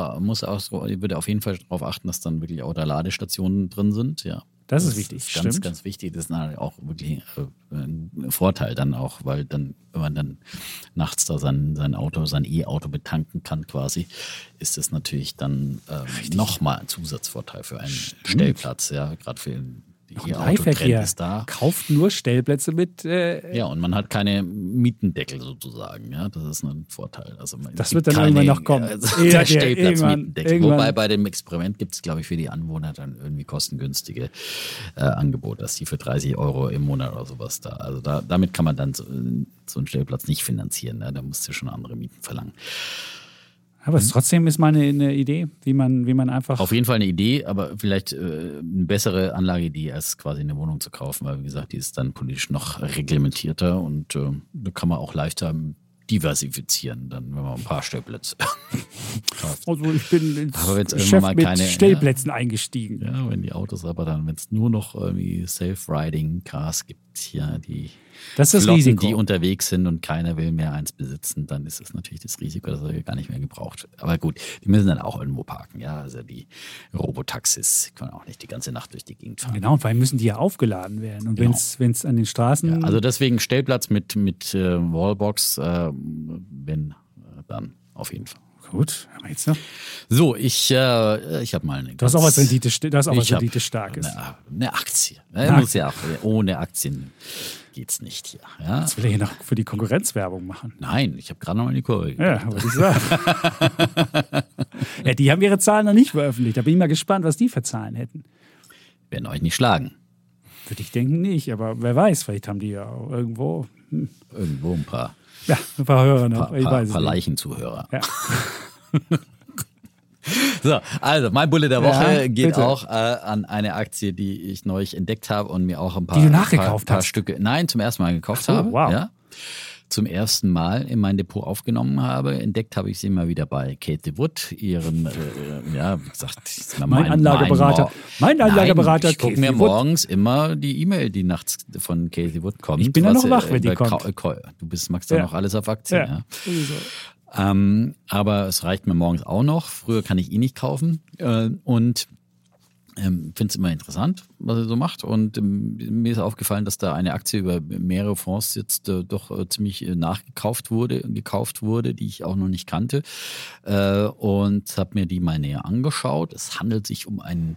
würde auf jeden Fall darauf achten, dass dann wirklich auch da Ladestationen drin sind. Ja. Das ist wichtig, ist ganz, ganz wichtig. Das ist auch wirklich ein Vorteil dann auch, weil dann, wenn man dann nachts da sein E-Auto betanken kann quasi, ist das natürlich dann nochmal ein Zusatzvorteil für einen Stellplatz, ja, gerade für die E-Auto-Trend ist da. Kauft nur Stellplätze mit. Ja, und man hat keine Mietendeckel sozusagen, ja, das ist ein Vorteil. Also das wird dann irgendwann noch kommen. Der Stellplatz-Mietendeckel. Wobei bei dem Experiment gibt es, glaube ich, für die Anwohner dann irgendwie kostengünstige Angebote, dass die für 30 € im Monat oder sowas da. Also damit kann man dann so einen Stellplatz nicht finanzieren, ne? Da musst du schon andere Mieten verlangen. Aber trotzdem ist mal eine Idee, wie man einfach... Auf jeden Fall eine Idee, aber vielleicht eine bessere Anlageidee, als quasi eine Wohnung zu kaufen, weil, wie gesagt, die ist dann politisch noch reglementierter und da kann man auch leichter diversifizieren, dann, wenn man ein paar Stellplätze kauft. Also ich bin ins Geschäft mit Stellplätzen eingestiegen. Ja, wenn die Autos aber dann, wenn es nur noch irgendwie Self-Riding-Cars gibt, hier die das ist das Flotten, Risiko, die unterwegs sind und keiner will mehr eins besitzen, dann ist es natürlich das Risiko, dass er gar nicht mehr gebraucht wird. Aber gut, die müssen dann auch irgendwo parken, ja, also die Robotaxis können auch nicht die ganze Nacht durch die Gegend fahren. Genau, und vor allem müssen die ja aufgeladen werden und wenn es an den Straßen... Ja, also deswegen Stellplatz mit Wallbox, wenn, dann auf jeden Fall. Gut, haben wir jetzt noch? So, ich habe mal eine. Das ist auch was Rendite-Starkes. Eine Aktie. Muss ja auch, ohne Aktien geht's nicht hier. Ja? Jetzt will er hier noch für die Konkurrenzwerbung machen. Nein, ich habe gerade noch mal die Kurve gekriegt. Ja, wollte ich sagen. Ja, die haben ihre Zahlen noch nicht veröffentlicht. Da bin ich mal gespannt, was die für Zahlen hätten. Werden euch nicht schlagen. Würde ich denken nicht, aber wer weiß, vielleicht haben die ja auch irgendwo... Irgendwo ein paar... Ja, ein paar Hörer noch. Ein paar Leichenzuhörer. Ja. So, also mein Bulle der Woche geht bitte. auch an eine Aktie, die ich neulich entdeckt habe und mir auch ein paar, Die du nachgekauft paar hast? Stücke, nein, zum ersten Mal gekauft Ach so, habe. wow. Ja. Zum ersten Mal in mein Depot aufgenommen habe. Entdeckt habe ich sie mal wieder bei Katie Wood, ihren, wie gesagt, Mein Anlageberater. Mein Anlageberater, Nein, ich gucke mir Katie Wood. morgens immer die E-Mail, die nachts von Katie Wood kommt. Ich bin ja was, noch wach, wenn die über kommt. Du magst ja noch alles auf Aktien. Ja. sowieso. Aber es reicht mir morgens auch noch. Früher kann ich nicht kaufen. Und finde es immer interessant, was er so macht. Und mir ist aufgefallen, dass da eine Aktie über mehrere Fonds jetzt doch ziemlich gekauft wurde, die ich auch noch nicht kannte. Und habe mir die mal näher angeschaut. Es handelt sich um einen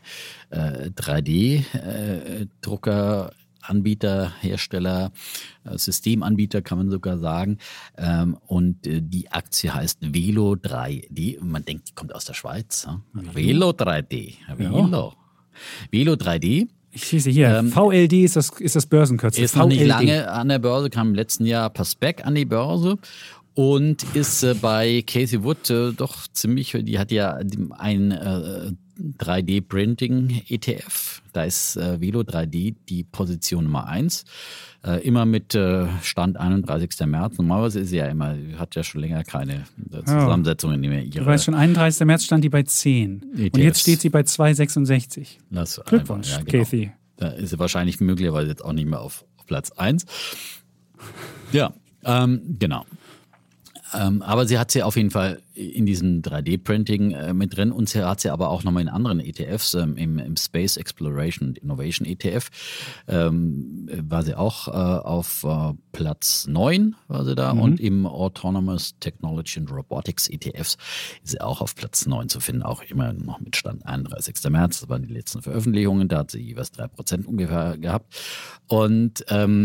3D-Drucker. Anbieter, Hersteller, Systemanbieter kann man sogar sagen. Und die Aktie heißt Velo 3D. Und man denkt, die kommt aus der Schweiz. Velo 3D. Velo 3D. Ich sehe sie hier. VLD ist das Börsenkürzel. Ist noch nicht lange an der Börse, kam im letzten Jahr per Spec an die Börse. Und ist bei Katie Wood doch ziemlich, die hat ja ein 3D-Printing-ETF. Da ist Velo 3D die Position Nummer 1. Immer mit Stand 31. März. Normalerweise ist sie ja immer, hat ja schon länger keine Zusammensetzung in der Du weißt schon, 31. März stand die bei 10. ETFs. Und jetzt steht sie bei 2,66. Glückwunsch, einfach, genau. Kathy. Da ist sie wahrscheinlich möglicherweise jetzt auch nicht mehr auf Platz 1. Ja, genau. Aber sie hat sie auf jeden Fall in diesem 3D-Printing mit drin und sie hat sie aber auch nochmal in anderen ETFs, im Space Exploration and Innovation ETF, war sie auch auf Platz 9 war sie da und im Autonomous Technology and Robotics ETFs ist sie auch auf Platz 9 zu finden, auch immer noch mit Stand 31. März, das waren die letzten Veröffentlichungen, da hat sie jeweils 3% ungefähr gehabt und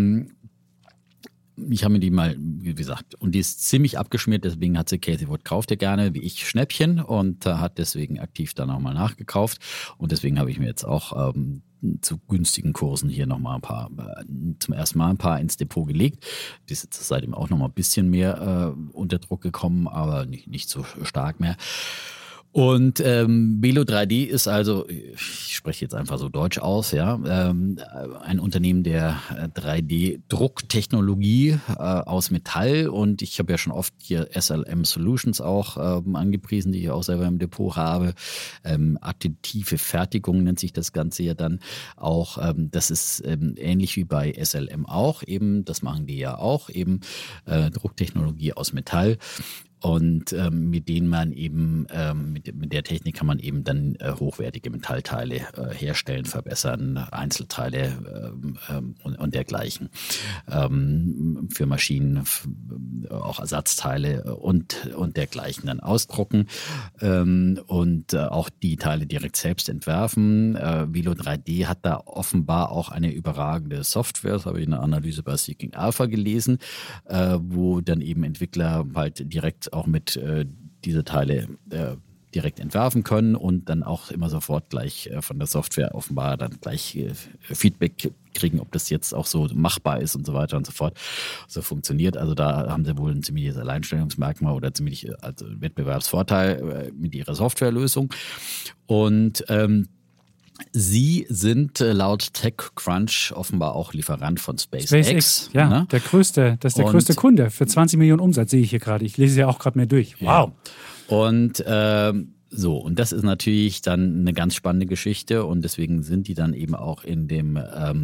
ich habe mir die mal, wie gesagt, und die ist ziemlich abgeschmiert, deswegen hat sie Katie Wood kauft ja gerne, wie ich, Schnäppchen und hat deswegen aktiv dann auch mal nachgekauft und deswegen habe ich mir jetzt auch zu günstigen Kursen hier nochmal zum ersten Mal ein paar ins Depot gelegt. Die ist jetzt seitdem auch nochmal ein bisschen mehr unter Druck gekommen, aber nicht so stark mehr. Und Velo 3D ist also, ich spreche jetzt einfach so deutsch aus, ja, ein Unternehmen der 3D-Drucktechnologie aus Metall und ich habe ja schon oft hier SLM Solutions auch angepriesen, die ich auch selber im Depot habe. Additive Fertigung nennt sich das Ganze ja dann auch. Das ist ähnlich wie bei SLM auch, eben, das machen die ja auch, eben Drucktechnologie aus Metall. Und mit denen man eben, mit der Technik kann man eben dann hochwertige Metallteile herstellen, verbessern, Einzelteile und dergleichen. Für Maschinen auch Ersatzteile und dergleichen dann ausdrucken und auch die Teile direkt selbst entwerfen. Velo 3D hat da offenbar auch eine überragende Software, das habe ich in einer Analyse bei Seeking Alpha gelesen, wo dann eben Entwickler halt direkt auch mit diese Teile direkt entwerfen können und dann auch immer sofort gleich von der Software offenbar dann gleich Feedback kriegen, ob das jetzt auch so machbar ist und so weiter und so fort, so funktioniert. Also da haben sie wohl ein ziemliches Alleinstellungsmerkmal oder ziemlich Wettbewerbsvorteil mit ihrer Softwarelösung. Und sie sind laut TechCrunch offenbar auch Lieferant von SpaceX. Ja, ne? das ist der größte Kunde für 20 Millionen Umsatz, sehe ich hier gerade. Ich lese es ja auch gerade mehr durch. Wow. Ja. Und und das ist natürlich dann eine ganz spannende Geschichte und deswegen sind die dann eben auch in dem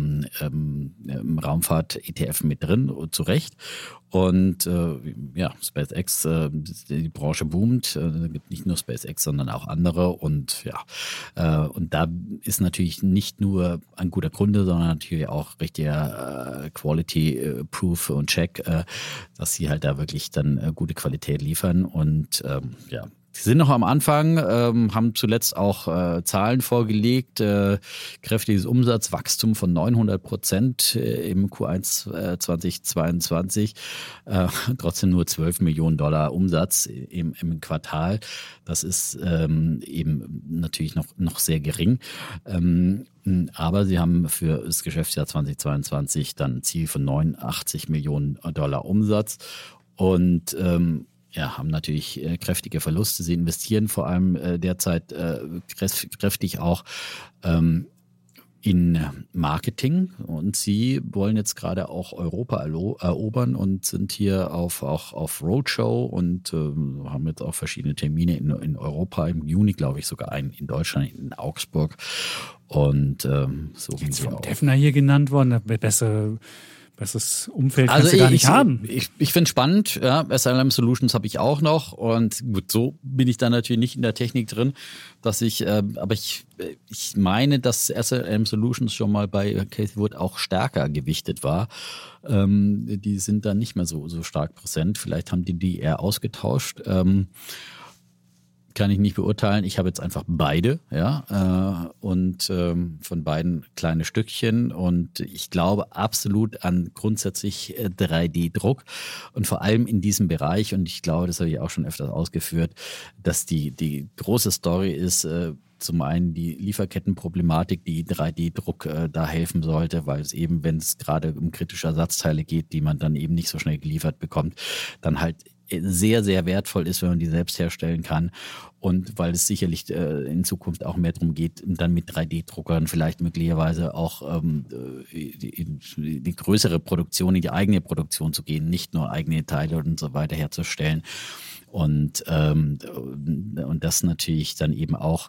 Raumfahrt-ETF mit drin, zu Recht. Und SpaceX, die Branche boomt, gibt nicht nur SpaceX, sondern auch andere und und da ist natürlich nicht nur ein guter Kunde, sondern natürlich auch richtiger Quality Proof und Check, dass sie halt da wirklich dann gute Qualität liefern und Sie sind noch am Anfang, haben zuletzt auch Zahlen vorgelegt, kräftiges Umsatzwachstum von 900% im Q1 2022, trotzdem nur $12 Millionen Umsatz im Quartal. Das ist eben natürlich noch sehr gering. Aber sie haben für das Geschäftsjahr 2022 dann ein Ziel von $89 Millionen Umsatz und haben natürlich kräftige Verluste. Sie investieren vor allem derzeit kräftig auch in Marketing und sie wollen jetzt gerade auch Europa erobern und sind hier auch auf Roadshow und haben jetzt auch verschiedene Termine in Europa, im Juni glaube ich sogar einen in Deutschland, in Augsburg und so jetzt vom Defner hier genannt worden, besseres Umfeld also kannst du gar nicht haben. Ich finde es spannend, ja, SLM Solutions habe ich auch noch und gut, so bin ich da natürlich nicht in der Technik drin, aber ich meine, dass SLM Solutions schon mal bei Cathie Wood auch stärker gewichtet war. Die sind dann nicht mehr so stark präsent, vielleicht haben die eher ausgetauscht. Kann ich nicht beurteilen. Ich habe jetzt einfach beide, und von beiden kleine Stückchen und ich glaube absolut an grundsätzlich 3D-Druck und vor allem in diesem Bereich und ich glaube, das habe ich auch schon öfters ausgeführt, dass die große Story ist, zum einen die Lieferkettenproblematik, die 3D-Druck da helfen sollte, weil es eben, wenn es gerade um kritische Ersatzteile geht, die man dann eben nicht so schnell geliefert bekommt, dann halt sehr, sehr wertvoll ist, wenn man die selbst herstellen kann und weil es sicherlich in Zukunft auch mehr darum geht, dann mit 3D-Druckern vielleicht möglicherweise auch die größere Produktion, in die eigene Produktion zu gehen, nicht nur eigene Teile und so weiter herzustellen. Und das natürlich dann eben auch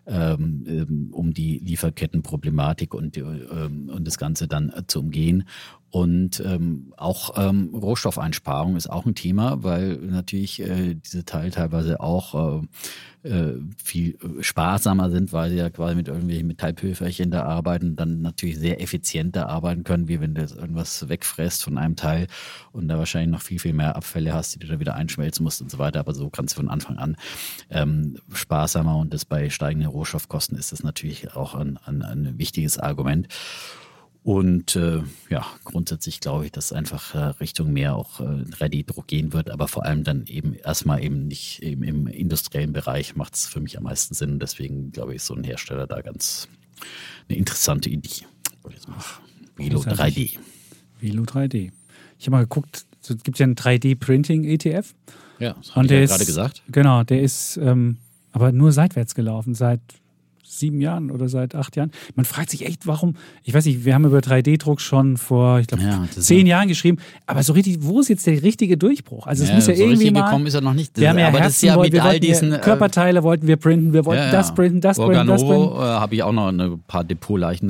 um die Lieferkettenproblematik und das Ganze dann zu umgehen. Und auch Rohstoffeinsparung ist auch ein Thema, weil natürlich diese Teile teilweise auch viel sparsamer sind, weil sie ja quasi mit irgendwelchen Metallpülverchen da arbeiten, dann natürlich sehr effizienter arbeiten können, wie wenn du jetzt irgendwas wegfräst von einem Teil und da wahrscheinlich noch viel, viel mehr Abfälle hast, die du dann wieder einschmelzen musst und so weiter. Aber so kannst du von Anfang an sparsamer und das bei steigenden Rohstoffkosten ist das natürlich auch ein wichtiges Argument. Und grundsätzlich glaube ich, dass einfach Richtung mehr auch 3D-Druck gehen wird, aber vor allem dann eben erstmal eben nicht im industriellen Bereich macht es für mich am meisten Sinn. Deswegen glaube ich, ist so ein Hersteller da ganz eine interessante Idee. Velo 3D. Velo 3D. Ich habe mal geguckt, es gibt ja einen 3D-Printing-ETF. Ja, das habe ich ja gerade gesagt. Genau, der ist aber nur seitwärts gelaufen, seit 7 Jahren oder seit 8 Jahren. Man fragt sich echt, warum, ich weiß nicht, wir haben über 3D-Druck schon vor, ich glaube, 10 Jahren geschrieben, aber so richtig, wo ist jetzt der richtige Durchbruch? Also es muss ja so irgendwie mal... gekommen ist er noch nicht. Wir haben ja aber Herzen, das ist ja mit all diesen... Körperteile wollten wir printen, wir wollten das printen, das printen, das printen. Habe ich auch noch ein paar Depotleichen,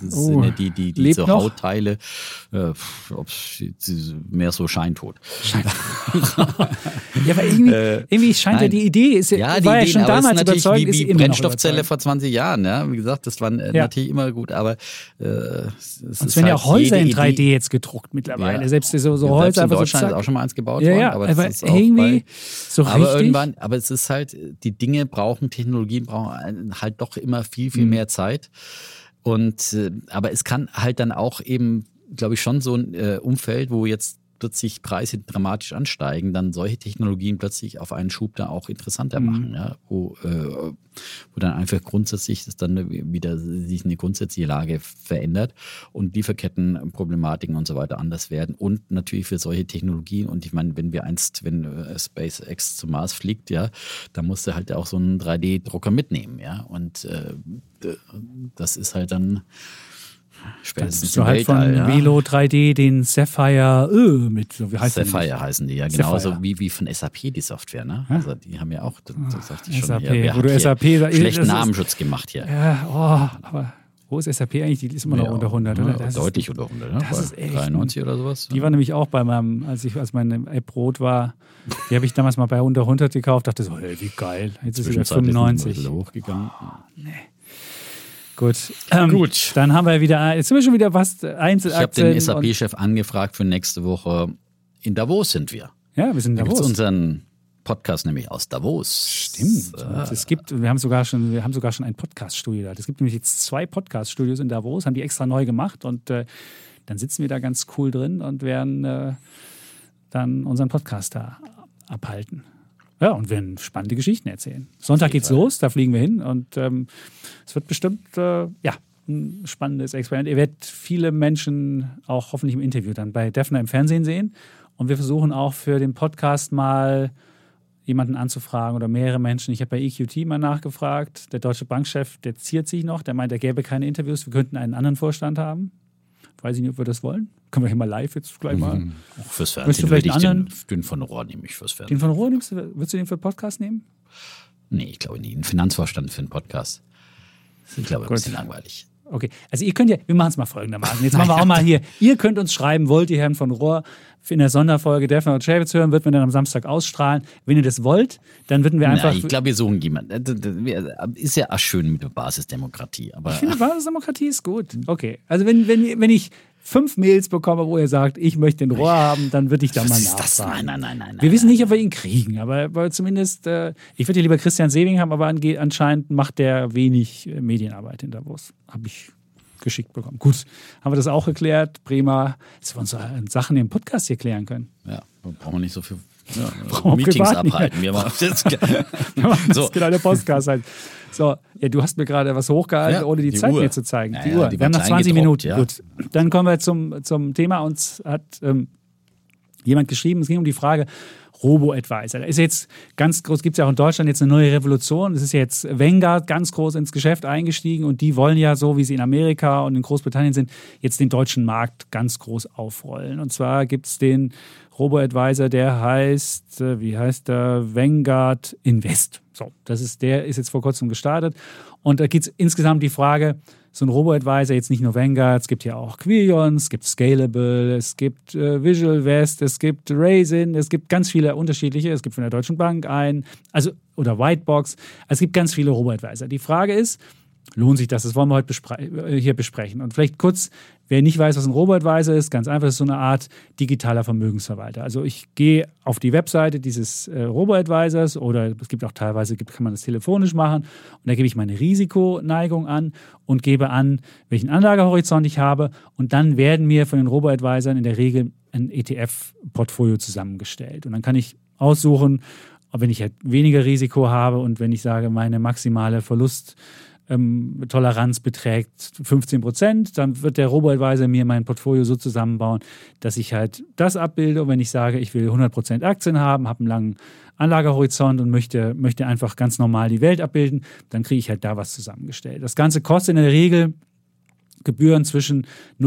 die so Hautteile, ob mehr so scheintot. Ja, aber irgendwie scheint ja die Idee, war ja schon damals überzeugend, ist wie Brennstoffzelle vor 20 Jahren, ja. Wie gesagt, das war natürlich immer gut, aber es werden ja auch Häuser in 3D jetzt gedruckt mittlerweile. Ja. Selbst so Häuser einfach so. In Deutschland ist auch schon mal eins gebaut worden. Ja, aber das ist irgendwie so richtig. Aber es ist halt, die Technologien brauchen halt doch immer viel, viel mehr Zeit. Und aber es kann halt dann auch eben, glaube ich, schon so ein Umfeld, wo jetzt plötzlich Preise dramatisch ansteigen, dann solche Technologien plötzlich auf einen Schub da auch interessanter machen, ja? Wo dann einfach grundsätzlich das dann wieder sich eine grundsätzliche Lage verändert und Lieferkettenproblematiken und so weiter anders werden und natürlich für solche Technologien und ich meine, wenn SpaceX zum Mars fliegt, ja, dann musst du halt auch so einen 3D-Drucker mitnehmen, ja, und das ist halt dann spätestens du halt von Velo 3D den Sapphire mit, wie heißt Sapphire heißen die, ja, genauso wie von SAP die Software, ne? Also die haben ja auch, das sagte ich schon, SAP, wo du SAP schlechten Namensschutz gemacht hier. Ja, aber wo ist SAP eigentlich? Die ist immer noch unter 100, oder? Das deutlich unter 100, ne? Das ist echt 93 oder sowas. Die war nämlich auch bei meinem, als meine App rot war, die habe ich damals mal bei unter 100 gekauft, dachte so, hey, wie geil, jetzt ist sie wieder 95. Ist hochgegangen. Nee. Gut, dann haben wir jetzt sind wir schon wieder fast Einzelaktien. Ich habe den SAP-Chef angefragt für nächste Woche. In Davos sind wir. Ja, wir sind in Davos. Da gibt's unseren Podcast nämlich aus Davos. Stimmt. Wir haben sogar schon ein Podcast-Studio da. Es gibt nämlich jetzt 2 Podcast-Studios in Davos, haben die extra neu gemacht und dann sitzen wir da ganz cool drin und werden dann unseren Podcast da abhalten. Ja, und werden spannende Geschichten erzählen. Sonntag geht's los, da fliegen wir hin und es wird bestimmt ein spannendes Experiment. Ihr werdet viele Menschen auch hoffentlich im Interview dann bei Defner im Fernsehen sehen und wir versuchen auch für den Podcast mal jemanden anzufragen oder mehrere Menschen. Ich habe bei EQT mal nachgefragt. Der deutsche Bankchef, der ziert sich noch. Der meint, er gäbe keine Interviews. Wir könnten einen anderen Vorstand haben. Weiß ich nicht, ob wir das wollen. Können wir hier mal live jetzt gleich mal. Auch fürs Fernsehen. Möchtest du vielleicht einen anderen? Den von Rohr nehme ich fürs Fernsehen. Den von Rohr nimmst du? Würdest du den für den Podcast nehmen? Nee, ich glaube nicht. Ein Finanzvorstand für einen Podcast. Das ist, ich glaube, ein bisschen langweilig. Okay, also ihr könnt ja, wir machen es mal folgendermaßen. Jetzt machen wir auch mal hier, ihr könnt uns schreiben, wollt ihr Herrn von Rohr in der Sonderfolge Defner und Schäwitz hören, wird man dann am Samstag ausstrahlen. Wenn ihr das wollt, dann würden wir einfach... Nein, ich glaube, wir suchen jemanden. Ist ja auch schön mit der Basisdemokratie. Aber ich finde, Basisdemokratie ist gut. Okay, also wenn ich 5 Mails bekomme, wo ihr sagt, ich möchte den Rohr haben, dann würde ich da mal nachfragen. Nein. Wir wissen nicht, ob wir ihn kriegen, aber zumindest, ich würde ja lieber Christian Sewing haben, aber anscheinend macht der wenig Medienarbeit in Davos. Habe ich geschickt bekommen. Gut, haben wir das auch geklärt. Prima, dass wir unsere Sachen im Podcast hier klären können. Ja, brauchen wir nicht so viel Meetings abhalten. Wir machen das so. Genau, der Podcast halt. So, ja, du hast mir gerade was hochgehalten, ohne die Zeit Uhr mir zu zeigen. Ja, die Uhr. Die wir haben noch 20 Minuten. Ja. Gut, dann kommen wir zum Thema. Uns hat jemand geschrieben, es ging um die Frage Robo-Advisor. Da ist jetzt ganz groß, gibt es ja auch in Deutschland jetzt eine neue Revolution. Es ist jetzt Vanguard ganz groß ins Geschäft eingestiegen und die wollen ja, so wie sie in Amerika und in Großbritannien sind, jetzt den deutschen Markt ganz groß aufrollen. Und zwar gibt es den Robo-Advisor, der heißt, wie heißt der? Vanguard Invest. So, der ist jetzt vor kurzem gestartet. Und da geht es insgesamt die Frage, so ein Robo-Advisor, jetzt nicht nur Vanguard, es gibt ja auch Quirion, es gibt Scalable, es gibt Visual West, es gibt Raisin, es gibt ganz viele unterschiedliche, es gibt von der Deutschen Bank oder Whitebox, es gibt ganz viele Robo-Advisor. Die Frage ist, lohnt sich das? Das wollen wir heute hier besprechen. Und vielleicht kurz, wer nicht weiß, was ein Robo-Advisor ist, ganz einfach, das ist so eine Art digitaler Vermögensverwalter. Also ich gehe auf die Webseite dieses Robo-Advisors oder es gibt auch teilweise, kann man das telefonisch machen und da gebe ich meine Risikoneigung an und gebe an, welchen Anlagehorizont ich habe und dann werden mir von den Robo-Advisoren in der Regel ein ETF-Portfolio zusammengestellt. Und dann kann ich aussuchen, ob wenn ich halt weniger Risiko habe und wenn ich sage, meine maximale Toleranz beträgt 15%, dann wird der Robo-Advisor mir mein Portfolio so zusammenbauen, dass ich halt das abbilde. Und wenn ich sage, ich will 100% Aktien haben, habe einen langen Anlagehorizont und möchte einfach ganz normal die Welt abbilden, dann kriege ich halt da was zusammengestellt. Das Ganze kostet in der Regel Gebühren zwischen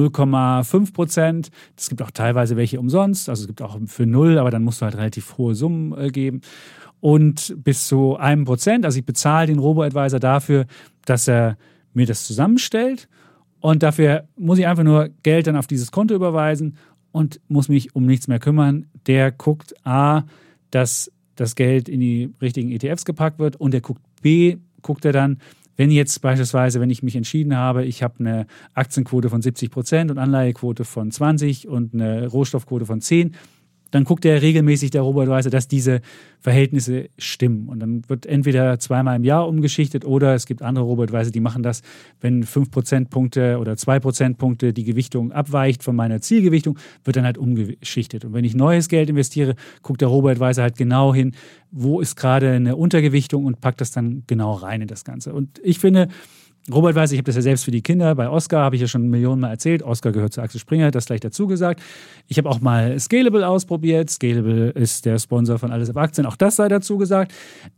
0,5%. Es gibt auch teilweise welche umsonst, also es gibt auch für 0, aber dann musst du halt relativ hohe Summen geben. Und bis zu 1%, also ich bezahle den Robo-Advisor dafür, dass er mir das zusammenstellt und dafür muss ich einfach nur Geld dann auf dieses Konto überweisen und muss mich um nichts mehr kümmern. Der guckt A, dass das Geld in die richtigen ETFs gepackt wird und der guckt B, guckt er dann, wenn jetzt beispielsweise, wenn ich mich entschieden habe, ich habe eine Aktienquote von 70% und Anleihequote von 20% und eine Rohstoffquote von 10%, dann guckt er regelmäßig, der Robo-Advisor, dass diese Verhältnisse stimmen. Und dann wird entweder 2-mal im Jahr umgeschichtet oder es gibt andere Robo-Advisor, die machen das, wenn 5 Prozentpunkte oder 2 Prozentpunkte die Gewichtung abweicht von meiner Zielgewichtung, wird dann halt umgeschichtet. Und wenn ich neues Geld investiere, guckt der Robo-Advisor halt genau hin, wo ist gerade eine Untergewichtung und packt das dann genau rein in das Ganze. Und ich finde, Robo-Advisor, ich habe das ja selbst für die Kinder, bei Oscar habe ich ja schon Millionen Mal erzählt, Oscar gehört zu Axel Springer, hat das gleich dazu gesagt. Ich habe auch mal Scalable ausprobiert, Scalable ist der Sponsor von Alles auf Aktien, auch das sei dazu gesagt.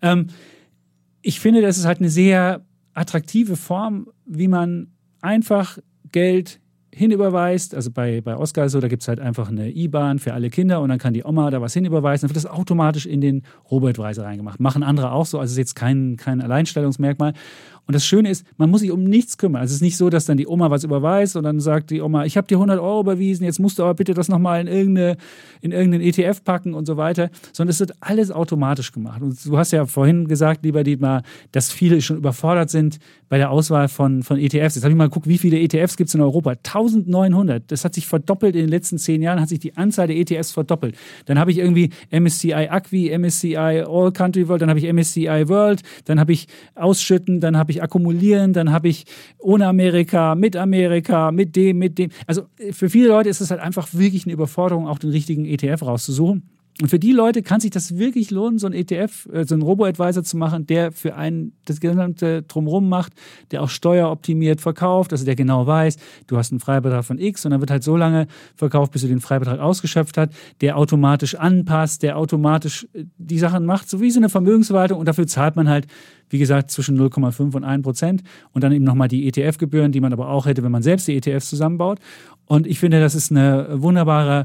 Ich finde, das ist halt eine sehr attraktive Form, wie man einfach Geld hinüberweist, also bei Oscar so, da gibt es halt einfach eine IBAN für alle Kinder und dann kann die Oma da was hinüberweisen, dann wird das automatisch in den Robo-Advisor reingemacht. Machen andere auch so, also ist jetzt kein Alleinstellungsmerkmal. Und das Schöne ist, man muss sich um nichts kümmern. Also es ist nicht so, dass dann die Oma was überweist und dann sagt die Oma, ich habe dir 100 € überwiesen, jetzt musst du aber bitte das nochmal in irgendeinen ETF packen und so weiter, sondern es wird alles automatisch gemacht. Und du hast ja vorhin gesagt, lieber Dietmar, dass viele schon überfordert sind bei der Auswahl von ETFs. Jetzt habe ich mal geguckt, wie viele ETFs gibt es in Europa? 1900. Das hat sich verdoppelt in den letzten 10 Jahren, hat sich die Anzahl der ETFs verdoppelt. Dann habe ich irgendwie MSCI Acqui, MSCI All Country World, dann habe ich MSCI World, dann habe ich Ausschütten, dann habe ich Akkumulieren, dann habe ich ohne Amerika, mit dem. Also für viele Leute ist es halt einfach wirklich eine Überforderung, auch den richtigen ETF rauszusuchen. Und für die Leute kann sich das wirklich lohnen, so ein ETF, so einen Robo-Advisor zu machen, der für einen das gesamte Drumherum macht, der auch steueroptimiert verkauft, also der genau weiß, du hast einen Freibetrag von X und dann wird halt so lange verkauft, bis du den Freibetrag ausgeschöpft hast, der automatisch anpasst, der automatisch die Sachen macht, so wie so eine Vermögensverwaltung, und dafür zahlt man halt, wie gesagt, zwischen 0,5 und 1% und dann eben nochmal die ETF-Gebühren, die man aber auch hätte, wenn man selbst die ETFs zusammenbaut. Und ich finde, das ist eine wunderbare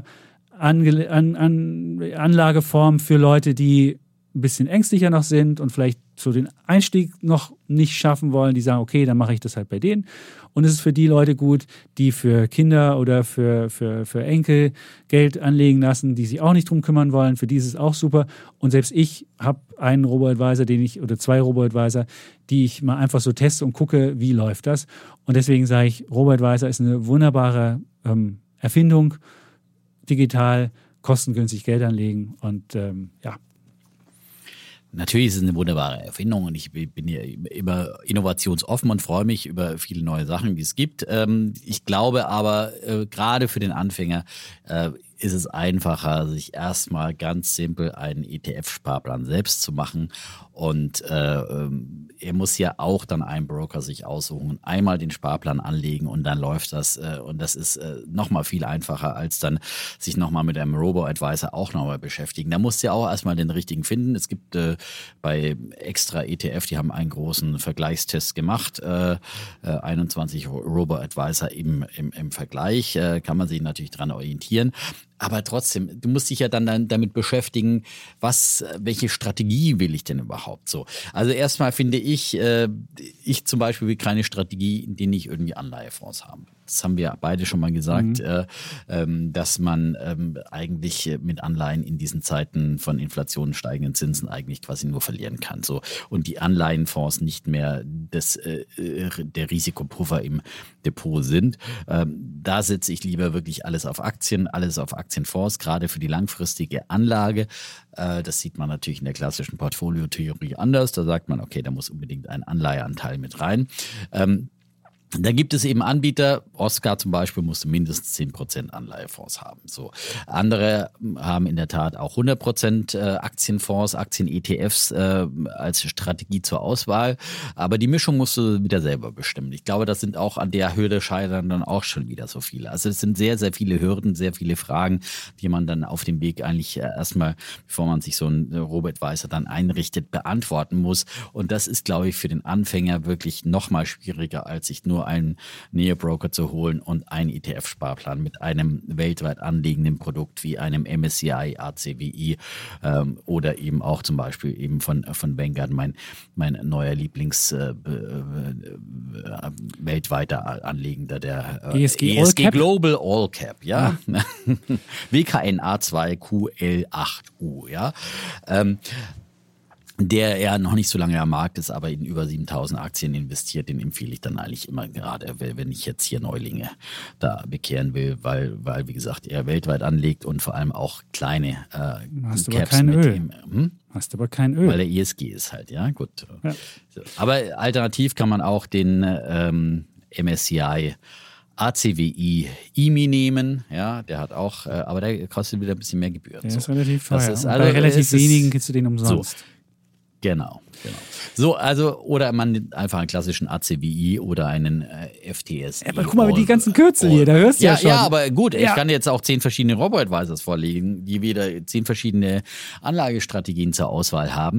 Anlageform für Leute, die ein bisschen ängstlicher noch sind und vielleicht so den Einstieg noch nicht schaffen wollen, die sagen, okay, dann mache ich das halt bei denen. Und es ist für die Leute gut, die für Kinder oder für Enkel Geld anlegen lassen, die sich auch nicht drum kümmern wollen. Für die ist es auch super. Und selbst ich habe einen Robo-Advisor, oder 2 Robo-Advisor, die ich mal einfach so teste und gucke, wie läuft das. Und deswegen sage ich, Robo-Advisor ist eine wunderbare Erfindung, digital, kostengünstig Geld anlegen und ja. Natürlich ist es eine wunderbare Erfindung und ich bin ja immer innovationsoffen und freue mich über viele neue Sachen, die es gibt. Ich glaube aber, gerade für den Anfänger ist es einfacher, sich erstmal ganz simpel einen ETF-Sparplan selbst zu machen. Und er muss ja auch dann einen Broker sich aussuchen, einmal den Sparplan anlegen und dann läuft das. Und das ist nochmal viel einfacher, als dann sich nochmal mit einem Robo-Advisor auch nochmal beschäftigen. Da musst du ja auch erstmal den richtigen finden. Es gibt bei Extra ETF, die haben einen großen Vergleichstest gemacht, 21 Robo-Advisor im Vergleich, kann man sich natürlich dran orientieren. Aber trotzdem, du musst dich ja dann damit beschäftigen, welche Strategie will ich denn überhaupt so? Also erstmal finde ich zum Beispiel will keine Strategie, in der ich irgendwie Anleihefonds habe. Das haben wir beide schon mal gesagt, dass man eigentlich mit Anleihen in diesen Zeiten von Inflation und steigenden Zinsen eigentlich quasi nur verlieren kann. So. Und die Anleihenfonds nicht mehr der Risikopuffer im Depot sind. Da setze ich lieber wirklich alles auf Aktienfonds, gerade für die langfristige Anlage. Das sieht man natürlich in der klassischen Portfoliotheorie anders. Da sagt man, okay, da muss unbedingt ein Anleiheanteil mit rein. Da gibt es eben Anbieter, Oscar zum Beispiel musste mindestens 10% Anleihefonds haben. So. Andere haben in der Tat auch 100% Aktienfonds, Aktien-ETFs als Strategie zur Auswahl. Aber die Mischung musst du wieder selber bestimmen. Ich glaube, das sind auch an der Hürde scheitern dann auch schon wieder so viele. Also es sind sehr, sehr viele Hürden, sehr viele Fragen, die man dann auf dem Weg eigentlich erstmal, bevor man sich so einen Robo-Advisor dann einrichtet, beantworten muss. Und das ist, glaube ich, für den Anfänger wirklich noch mal schwieriger, als sich nur einen Neo-Broker zu holen und einen ETF-Sparplan mit einem weltweit anliegenden Produkt wie einem MSCI, ACWI oder eben auch zum Beispiel eben von Vanguard, mein neuer weltweiter anlegender, der ESG Global All Cap, ja. WKN A2QL8U, ja. Der ja noch nicht so lange am Markt ist, aber in über 7.000 Aktien investiert, den empfehle ich dann eigentlich immer gerade, wenn ich jetzt hier Neulinge da bekehren will, weil wie gesagt, er weltweit anlegt und vor allem auch kleine Hast Caps aber kein mit Öl. ihm. Hast aber kein Öl. Weil der ESG ist halt, ja, gut. Ja. Aber alternativ kann man auch den MSCI ACWI IMI nehmen, ja, der hat auch, aber der kostet wieder ein bisschen mehr Gebühren. Der ist relativ teuer. Und bei relativ wenigen kriegst du den umsonst. So. Genau. So, also, oder man nimmt einfach einen klassischen ACWI oder einen FTSE. Aber guck mal, die ganzen Kürzel hier, da hörst du ja schon. Ja, aber gut, ich kann jetzt auch 10 verschiedene Robo-Advisors vorlegen, die wieder 10 verschiedene Anlagestrategien zur Auswahl haben.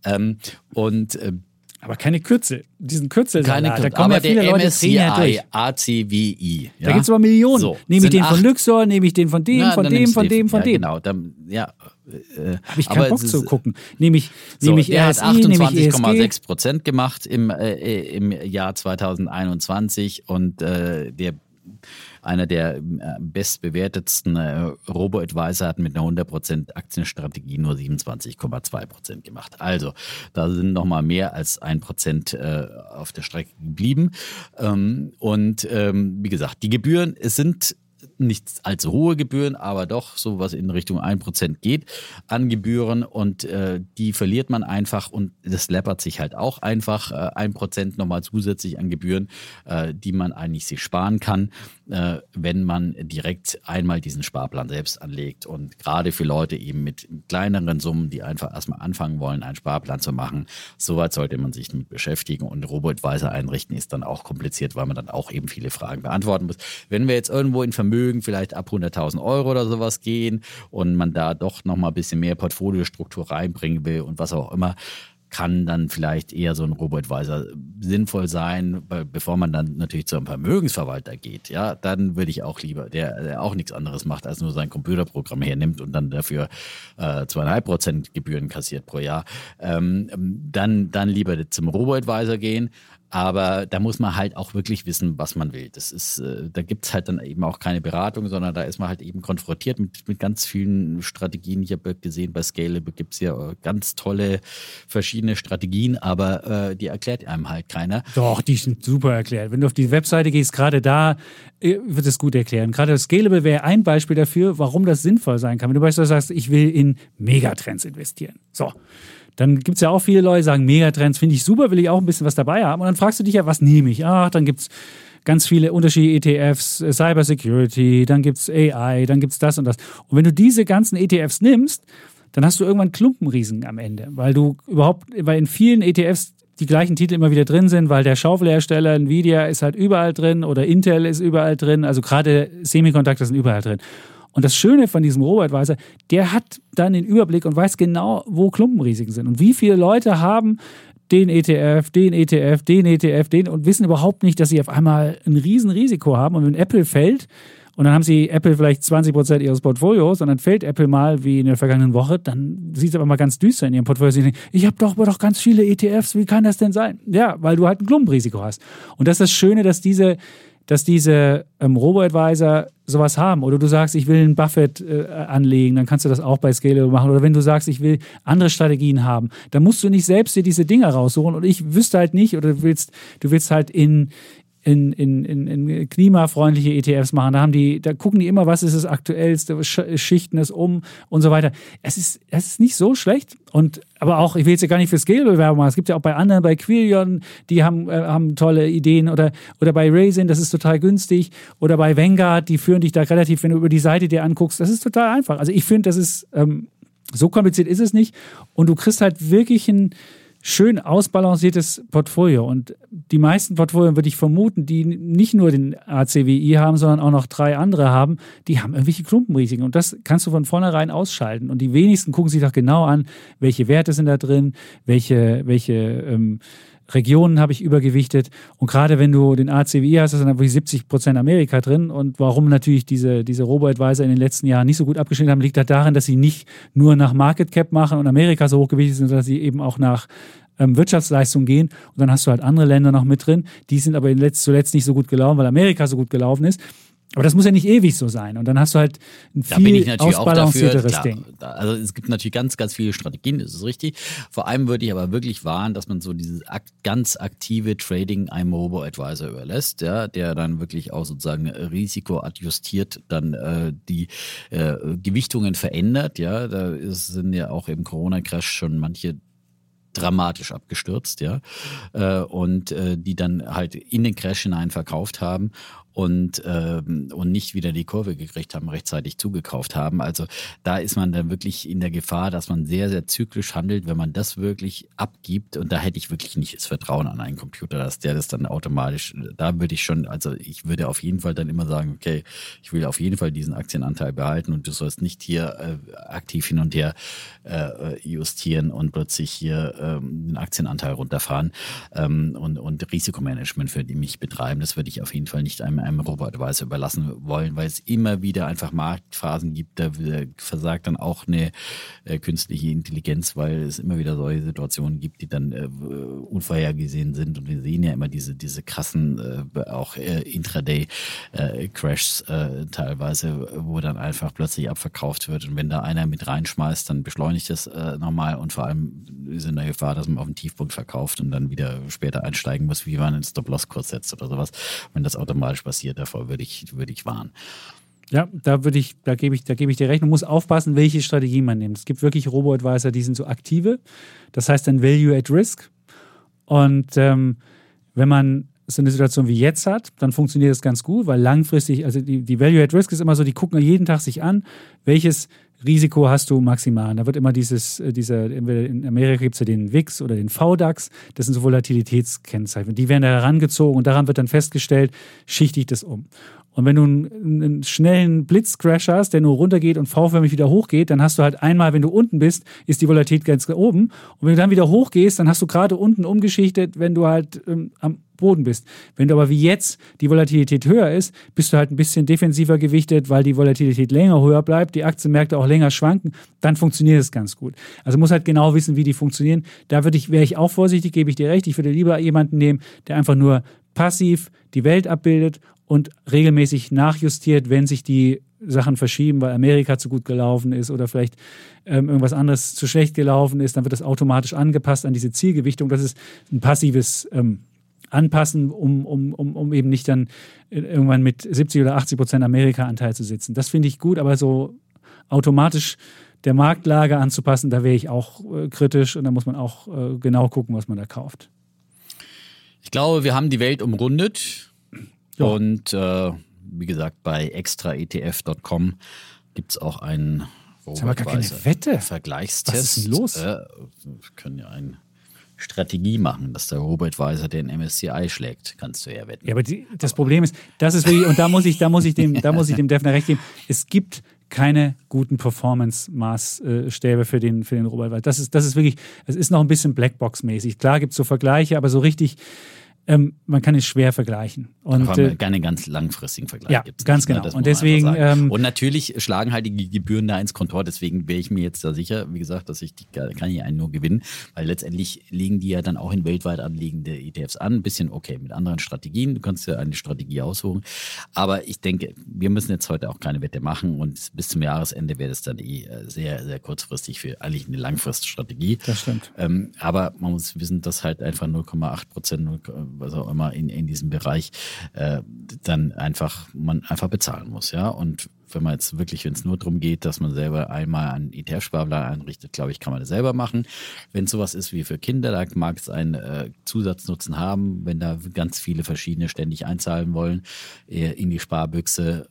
Aber keine Kürzel. Diesen Kürzel, keine da Kürzel. kommen Aber ja viele der Leute MSCI durch. ACWI. Ja? Da gibt es aber Millionen. So, nehme ich den von 8. Luxor, nehme ich den von dem, von dem, von dem, von dem. Genau, dann, ja. Habe ich keinen Bock zu gucken. Nehme ich der RSI, hat nehme ich ESG. 28,6% gemacht im Jahr 2021 und einer der bestbewertetsten Robo-Advisor hat mit einer 100% Aktienstrategie nur 27,2% gemacht. Also da sind nochmal mehr als 1% auf der Strecke geblieben. Wie gesagt, die Gebühren, es sind nicht allzu hohe Gebühren, aber doch so was in Richtung 1% geht an Gebühren und die verliert man einfach und das läppert sich halt auch einfach 1% nochmal zusätzlich an Gebühren, die man eigentlich sich sparen kann, wenn man direkt einmal diesen Sparplan selbst anlegt und gerade für Leute eben mit kleineren Summen, die einfach erstmal anfangen wollen, einen Sparplan zu machen, soweit sollte man sich damit beschäftigen und Robo-Advisor einrichten ist dann auch kompliziert, weil man dann auch eben viele Fragen beantworten muss. Wenn wir jetzt irgendwo in Vermögen vielleicht ab 100.000 Euro oder sowas gehen und man da doch nochmal ein bisschen mehr Portfoliostruktur reinbringen will und was auch immer, kann dann vielleicht eher so ein Robo-Advisor sinnvoll sein, bevor man dann natürlich zu einem Vermögensverwalter geht. Ja, dann würde ich auch lieber, der auch nichts anderes macht, als nur sein Computerprogramm hernimmt und dann dafür 2,5% Gebühren kassiert pro Jahr, dann lieber zum Robo-Advisor gehen. Aber da muss man halt auch wirklich wissen, was man will. Das ist, da gibt es halt dann eben auch keine Beratung, sondern da ist man halt eben konfrontiert mit ganz vielen Strategien. Ich habe gesehen, bei Scalable gibt es ja ganz tolle verschiedene Strategien, aber die erklärt einem halt keiner. Doch, die sind super erklärt. Wenn du auf die Webseite gehst, gerade da wird es gut erklären. Gerade Scalable wäre ein Beispiel dafür, warum das sinnvoll sein kann. Wenn du beispielsweise sagst, ich will in Megatrends investieren. So. Dann gibt es ja auch viele Leute, die sagen, Megatrends finde ich super, will ich auch ein bisschen was dabei haben. Und dann fragst du dich ja, was nehme ich? Ach, dann gibt es ganz viele unterschiedliche ETFs, Cybersecurity, dann gibt es AI, dann gibt es das und das. Und wenn du diese ganzen ETFs nimmst, dann hast du irgendwann Klumpenrisiken am Ende, weil in vielen ETFs die gleichen Titel immer wieder drin sind, weil der Schaufelhersteller Nvidia ist halt überall drin oder Intel ist überall drin, also gerade Semiconductor sind überall drin. Und das Schöne von diesem Robo-Advisor, der hat dann den Überblick und weiß genau, wo Klumpenrisiken sind. Und wie viele Leute haben den ETF und wissen überhaupt nicht, dass sie auf einmal ein Riesenrisiko haben. Und wenn Apple fällt, und dann haben sie Apple vielleicht 20% ihres Portfolios und dann fällt Apple mal wie in der vergangenen Woche, dann sieht es aber mal ganz düster in ihrem Portfolio. Sie denken, ich habe doch ganz viele ETFs, wie kann das denn sein? Ja, weil du halt ein Klumpenrisiko hast. Und das ist das Schöne, dass diese Robo-Advisor sowas haben. Oder du sagst, ich will einen Buffett anlegen, dann kannst du das auch bei Scalable machen. Oder wenn du sagst, ich will andere Strategien haben, dann musst du nicht selbst dir diese Dinger raussuchen. Und ich wüsste halt nicht, oder du willst halt in klimafreundliche ETFs machen. Da gucken die immer, was ist das Aktuellste, schichten es um und so weiter. Es ist nicht so schlecht. Aber auch, ich will jetzt ja gar nicht für Scalable Werbung machen. Es gibt ja auch bei anderen, bei Quirion, die haben tolle Ideen oder bei Raisin, das ist total günstig. Oder bei Vanguard, die führen dich da relativ, wenn du über die Seite dir anguckst, das ist total einfach. Also ich finde, das ist, so kompliziert ist es nicht. Und du kriegst halt wirklich ein schön ausbalanciertes Portfolio. Und die meisten Portfolien, würde ich vermuten, die nicht nur den ACWI haben, sondern auch noch 3 andere haben, die haben irgendwelche Klumpenrisiken. Und das kannst du von vornherein ausschalten. Und die wenigsten gucken sich doch genau an, welche Werte sind da drin, welche Regionen habe ich übergewichtet. Und gerade wenn du den ACWI hast, ist dann wirklich 70% Amerika drin. Und warum natürlich diese Robo-Advisor in den letzten Jahren nicht so gut abgeschnitten haben, liegt halt darin, dass sie nicht nur nach Market Cap machen und Amerika so hochgewichtet sind, sondern dass sie eben auch nach Wirtschaftsleistung gehen. Und dann hast du halt andere Länder noch mit drin. Die sind aber zuletzt nicht so gut gelaufen, weil Amerika so gut gelaufen ist. Aber das muss ja nicht ewig so sein. Und dann hast du halt ein viel ausbalancierteres Ding. Also es gibt natürlich ganz, ganz viele Strategien, das ist richtig. Vor allem würde ich aber wirklich warnen, dass man so dieses ganz aktive Trading einem Robo-Advisor überlässt, ja, der dann wirklich auch sozusagen risikoadjustiert dann die Gewichtungen verändert. Ja, sind ja auch im Corona-Crash schon manche dramatisch abgestürzt, ja, und die dann halt in den Crash hinein verkauft haben und nicht wieder die Kurve gekriegt haben, rechtzeitig zugekauft haben. Also da ist man dann wirklich in der Gefahr, dass man sehr, sehr zyklisch handelt, wenn man das wirklich abgibt. Und da hätte ich wirklich nicht das Vertrauen an einen Computer, dass der das dann automatisch, da würde ich schon, also ich würde auf jeden Fall dann immer sagen, okay, ich will auf jeden Fall diesen Aktienanteil behalten und du sollst nicht hier aktiv hin und her justieren und plötzlich hier den Aktienanteil runterfahren und Risikomanagement für die mich betreiben. Das würde ich auf jeden Fall nicht einem Robo-Advisor überlassen wollen, weil es immer wieder einfach Marktphasen gibt, da versagt dann auch eine künstliche Intelligenz, weil es immer wieder solche Situationen gibt, die dann unvorhergesehen sind und wir sehen ja immer diese krassen auch Intraday-Crashs teilweise, wo dann einfach plötzlich abverkauft wird und wenn da einer mit reinschmeißt, dann beschleunigt das nochmal und vor allem ist in der Gefahr, dass man auf den Tiefpunkt verkauft und dann wieder später einsteigen muss, wie man einen Stop-Loss-Kurs setzt oder sowas. Wenn das automatisch passiert, davor würde ich warnen. Ja, da gebe ich dir recht. Man muss aufpassen, welche Strategie man nimmt. Es gibt wirklich Robo-Advisor, die sind so aktive. Das heißt dann Value at Risk. Und wenn man so eine Situation wie jetzt hat, dann funktioniert das ganz gut, weil langfristig, also die Value at Risk ist immer so, die gucken jeden Tag sich an, welches Risiko hast du maximal. Da wird immer in Amerika gibt es ja den VIX oder den VDAX, das sind so Volatilitätskennzeichen. Die werden da herangezogen und daran wird dann festgestellt, schichte ich das um. Und wenn du einen schnellen Blitzcrash hast, der nur runtergeht und V-förmig wieder hochgeht, dann hast du halt einmal, wenn du unten bist, ist die Volatilität ganz oben. Und wenn du dann wieder hochgehst, dann hast du gerade unten umgeschichtet, wenn du halt am Boden bist. Wenn du aber wie jetzt die Volatilität höher ist, bist du halt ein bisschen defensiver gewichtet, weil die Volatilität länger höher bleibt, die Aktienmärkte auch länger schwanken, dann funktioniert es ganz gut. Also muss halt genau wissen, wie die funktionieren. Da wäre ich auch vorsichtig, gebe ich dir recht. Ich würde lieber jemanden nehmen, der einfach nur passiv die Welt abbildet und regelmäßig nachjustiert, wenn sich die Sachen verschieben, weil Amerika zu gut gelaufen ist oder vielleicht irgendwas anderes zu schlecht gelaufen ist, dann wird das automatisch angepasst an diese Zielgewichtung. Das ist ein passives Anpassen, um eben nicht dann irgendwann mit 70 oder 80% Amerika-Anteil zu sitzen. Das finde ich gut, aber so automatisch der Marktlage anzupassen, da wäre ich auch kritisch und da muss man auch genau gucken, was man da kauft. Ich glaube, wir haben die Welt umrundet. Ja. Und wie gesagt, bei extraetf.com gibt es auch einen aber gar keine Wette. Vergleichstest. Was ist denn los? Wir können ja eine Strategie machen, dass der Robo-Advisor den MSCI schlägt. Kannst du ja wetten. Ja, aber das Problem ist, das ist wirklich, und da muss ich dem Defner recht geben, es gibt keine guten Performance-Maßstäbe für den Robo-Advisor. Das ist wirklich, es ist noch ein bisschen Blackbox-mäßig. Klar gibt es so Vergleiche, aber so richtig man kann es schwer vergleichen. Und keine ganz langfrigen Vergleich. Ja, gibt's ganz nicht, genau. Ne? Und deswegen und natürlich schlagen halt die Gebühren da ins Kontor. Deswegen wäre ich mir jetzt da sicher, wie gesagt, dass kann ich einen nur gewinnen, weil letztendlich legen die ja dann auch in weltweit anliegende ETFs an. Ein bisschen okay mit anderen Strategien. Du kannst ja eine Strategie aussuchen. Aber ich denke, wir müssen jetzt heute auch keine Wette machen und bis zum Jahresende wäre das dann sehr, sehr kurzfristig für eigentlich eine Langfriststrategie. Das stimmt. Aber man muss wissen, dass halt einfach 0,8%, was auch immer in diesem Bereich dann man einfach bezahlen muss, ja. Und wenn man jetzt wirklich, wenn es nur darum geht, dass man selber einmal einen ETF-Sparplan einrichtet, glaube ich, kann man das selber machen. Wenn es sowas ist wie für Kinder, da mag es einen Zusatznutzen haben, wenn da ganz viele verschiedene ständig einzahlen wollen in die Sparbüchse.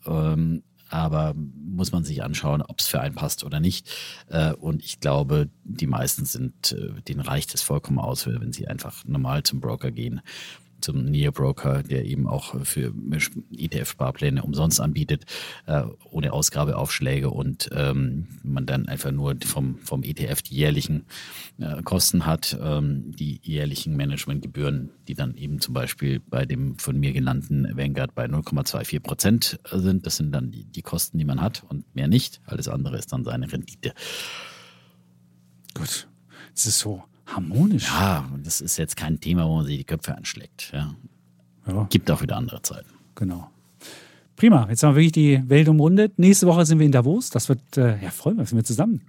Aber muss man sich anschauen, ob es für einen passt oder nicht. Und ich glaube, die meisten denen reicht es vollkommen aus, wenn sie einfach normal zum Broker gehen, zum Neo-Broker, der eben auch für ETF-Sparpläne umsonst anbietet, ohne Ausgabeaufschläge und man dann einfach nur vom ETF die jährlichen Kosten hat, die jährlichen Managementgebühren, die dann eben zum Beispiel bei dem von mir genannten Vanguard bei 0,24% sind. Das sind dann die Kosten, die man hat und mehr nicht. Alles andere ist dann seine Rendite. Gut, es ist so harmonisch. Ja, das ist jetzt kein Thema, wo man sich die Köpfe anschlägt. Ja. Ja. Gibt auch wieder andere Zeiten. Genau. Prima, jetzt haben wir wirklich die Welt umrundet. Nächste Woche sind wir in Davos. Das wird, freuen wir uns, sind wir zusammen.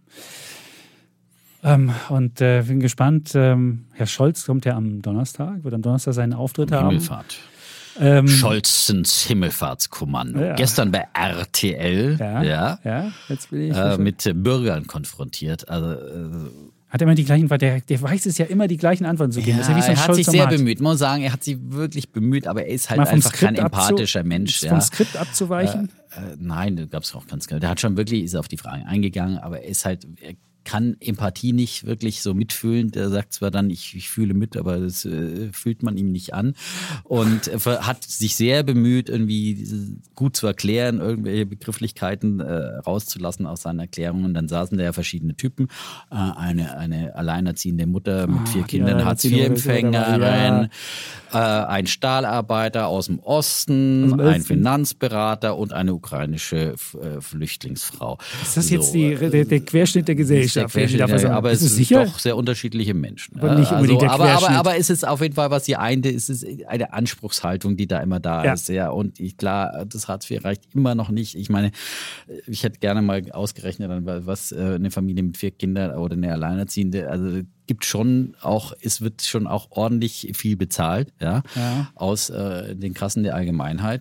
Und bin gespannt. Herr Scholz kommt ja am Donnerstag, wird am Donnerstag seinen Auftritt haben. Himmelfahrt. Scholzens Himmelfahrtskommando. Ja. Gestern bei RTL Jetzt bin ich mit Bürgern konfrontiert. Also hat er immer die gleichen, weil der weiß es ja immer, die gleichen Antworten zu geben. Ja, er hat sich sehr bemüht. Man muss sagen, er hat sich wirklich bemüht, aber er ist halt einfach kein empathischer Mensch. Vom Skript abzuweichen? Nein, da gab es auch ganz genau. Der hat schon wirklich, ist auf die Fragen eingegangen, aber er ist halt, er kann Empathie nicht wirklich so mitfühlen. Der sagt zwar dann, ich fühle mit, aber das fühlt man ihm nicht an. Und hat sich sehr bemüht, irgendwie gut zu erklären, irgendwelche Begrifflichkeiten rauszulassen aus seinen Erklärungen. Dann saßen da ja verschiedene Typen. Eine alleinerziehende Mutter mit 4 Kindern, Hartz-IV-Empfängerin, ein Stahlarbeiter aus dem Osten, ein Finanzberater und eine ukrainische Flüchtlingsfrau. Ist das jetzt der Querschnitt der Gesellschaft? Aber es sind doch sehr unterschiedliche Menschen. Aber nicht unbedingt der Querschnitt. Aber es ist auf jeden Fall, was sie einte, es ist eine Anspruchshaltung, die da immer da ist. Ja. Und klar, das Hartz IV reicht immer noch nicht. Ich meine, ich hätte gerne mal ausgerechnet, was eine Familie mit 4 Kindern oder eine Alleinerziehende, also es wird schon auch ordentlich viel bezahlt, aus den Kassen der Allgemeinheit.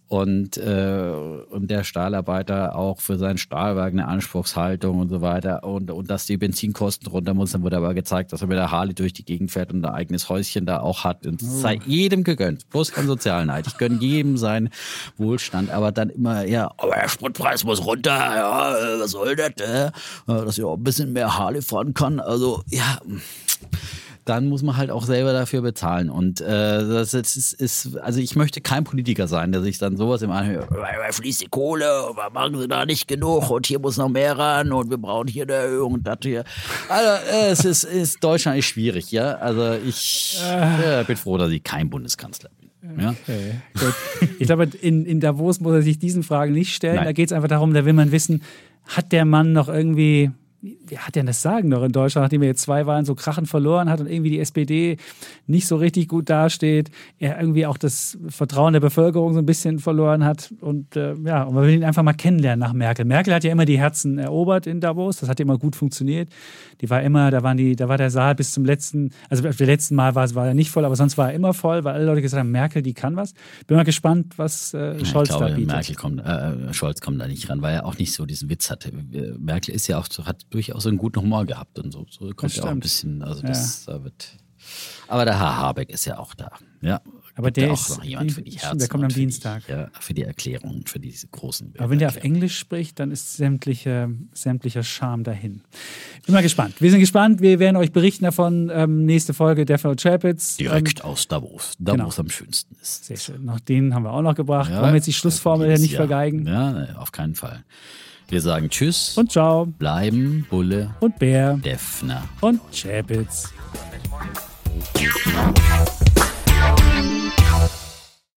und der Stahlarbeiter auch für sein Stahlwerk eine Anspruchshaltung und so weiter und dass die Benzinkosten runter muss, dann wurde aber gezeigt, dass er mit der Harley durch die Gegend fährt und ein eigenes Häuschen da auch hat und es sei jedem gegönnt, bloß kein Sozialneid. Ich gönne jedem seinen Wohlstand, aber dann immer, ja, aber der Spritpreis muss runter, ja, was soll das, dass ich auch ein bisschen mehr Harley fahren kann, also ja, dann muss man halt auch selber dafür bezahlen. Und das ist, also ich möchte kein Politiker sein, der sich dann sowas im Anhört, fließt die Kohle, machen sie da nicht genug und hier muss noch mehr ran und wir brauchen hier eine Erhöhung und das hier. Also Deutschland ist schwierig, ja. Also ich bin froh, dass ich kein Bundeskanzler bin. Ja? Okay, gut. Ich glaube, in Davos muss er sich diesen Fragen nicht stellen. Nein. Da geht es einfach darum, da will man wissen, hat der Mann noch irgendwie... Wer hat denn das Sagen noch in Deutschland, nachdem er jetzt 2 Wahlen so krachend verloren hat und irgendwie die SPD nicht so richtig gut dasteht, er irgendwie auch das Vertrauen der Bevölkerung so ein bisschen verloren hat und und man will ihn einfach mal kennenlernen nach Merkel. Merkel hat ja immer die Herzen erobert in Davos, das hat ja immer gut funktioniert. Die war immer, da war der Saal bis zum letzten, also auf dem letzten Mal war er nicht voll, aber sonst war er immer voll, weil alle Leute gesagt haben, Merkel, die kann was. Bin mal gespannt, was Scholz da bietet. Scholz kommt da nicht ran, weil er auch nicht so diesen Witz hatte. Merkel ist ja auch so, hat durchaus einen guten Humor gehabt und so kommt ja auch ein bisschen, also da wird. Aber der Herr Habeck ist ja auch da, ja. Aber der auch ist noch jemand für die Herzen. Der kommt am Dienstag. Für die Erklärungen, für diese großen. Aber wenn der auf Englisch spricht, dann ist sämtlicher Charme dahin. Bin mal gespannt. Wir sind gespannt. Wir werden euch berichten davon. Nächste Folge Death Note Chapitz. Direkt aus Davos. Davos am schönsten ist. Sehr schön. Noch den haben wir auch noch gebracht. Wollen wir jetzt die Schlussformel ja nicht vergeigen? Ja, auf keinen Fall. Wir sagen Tschüss. Und ciao. Bleiben Bulle und Bär. Defner und Chapitz.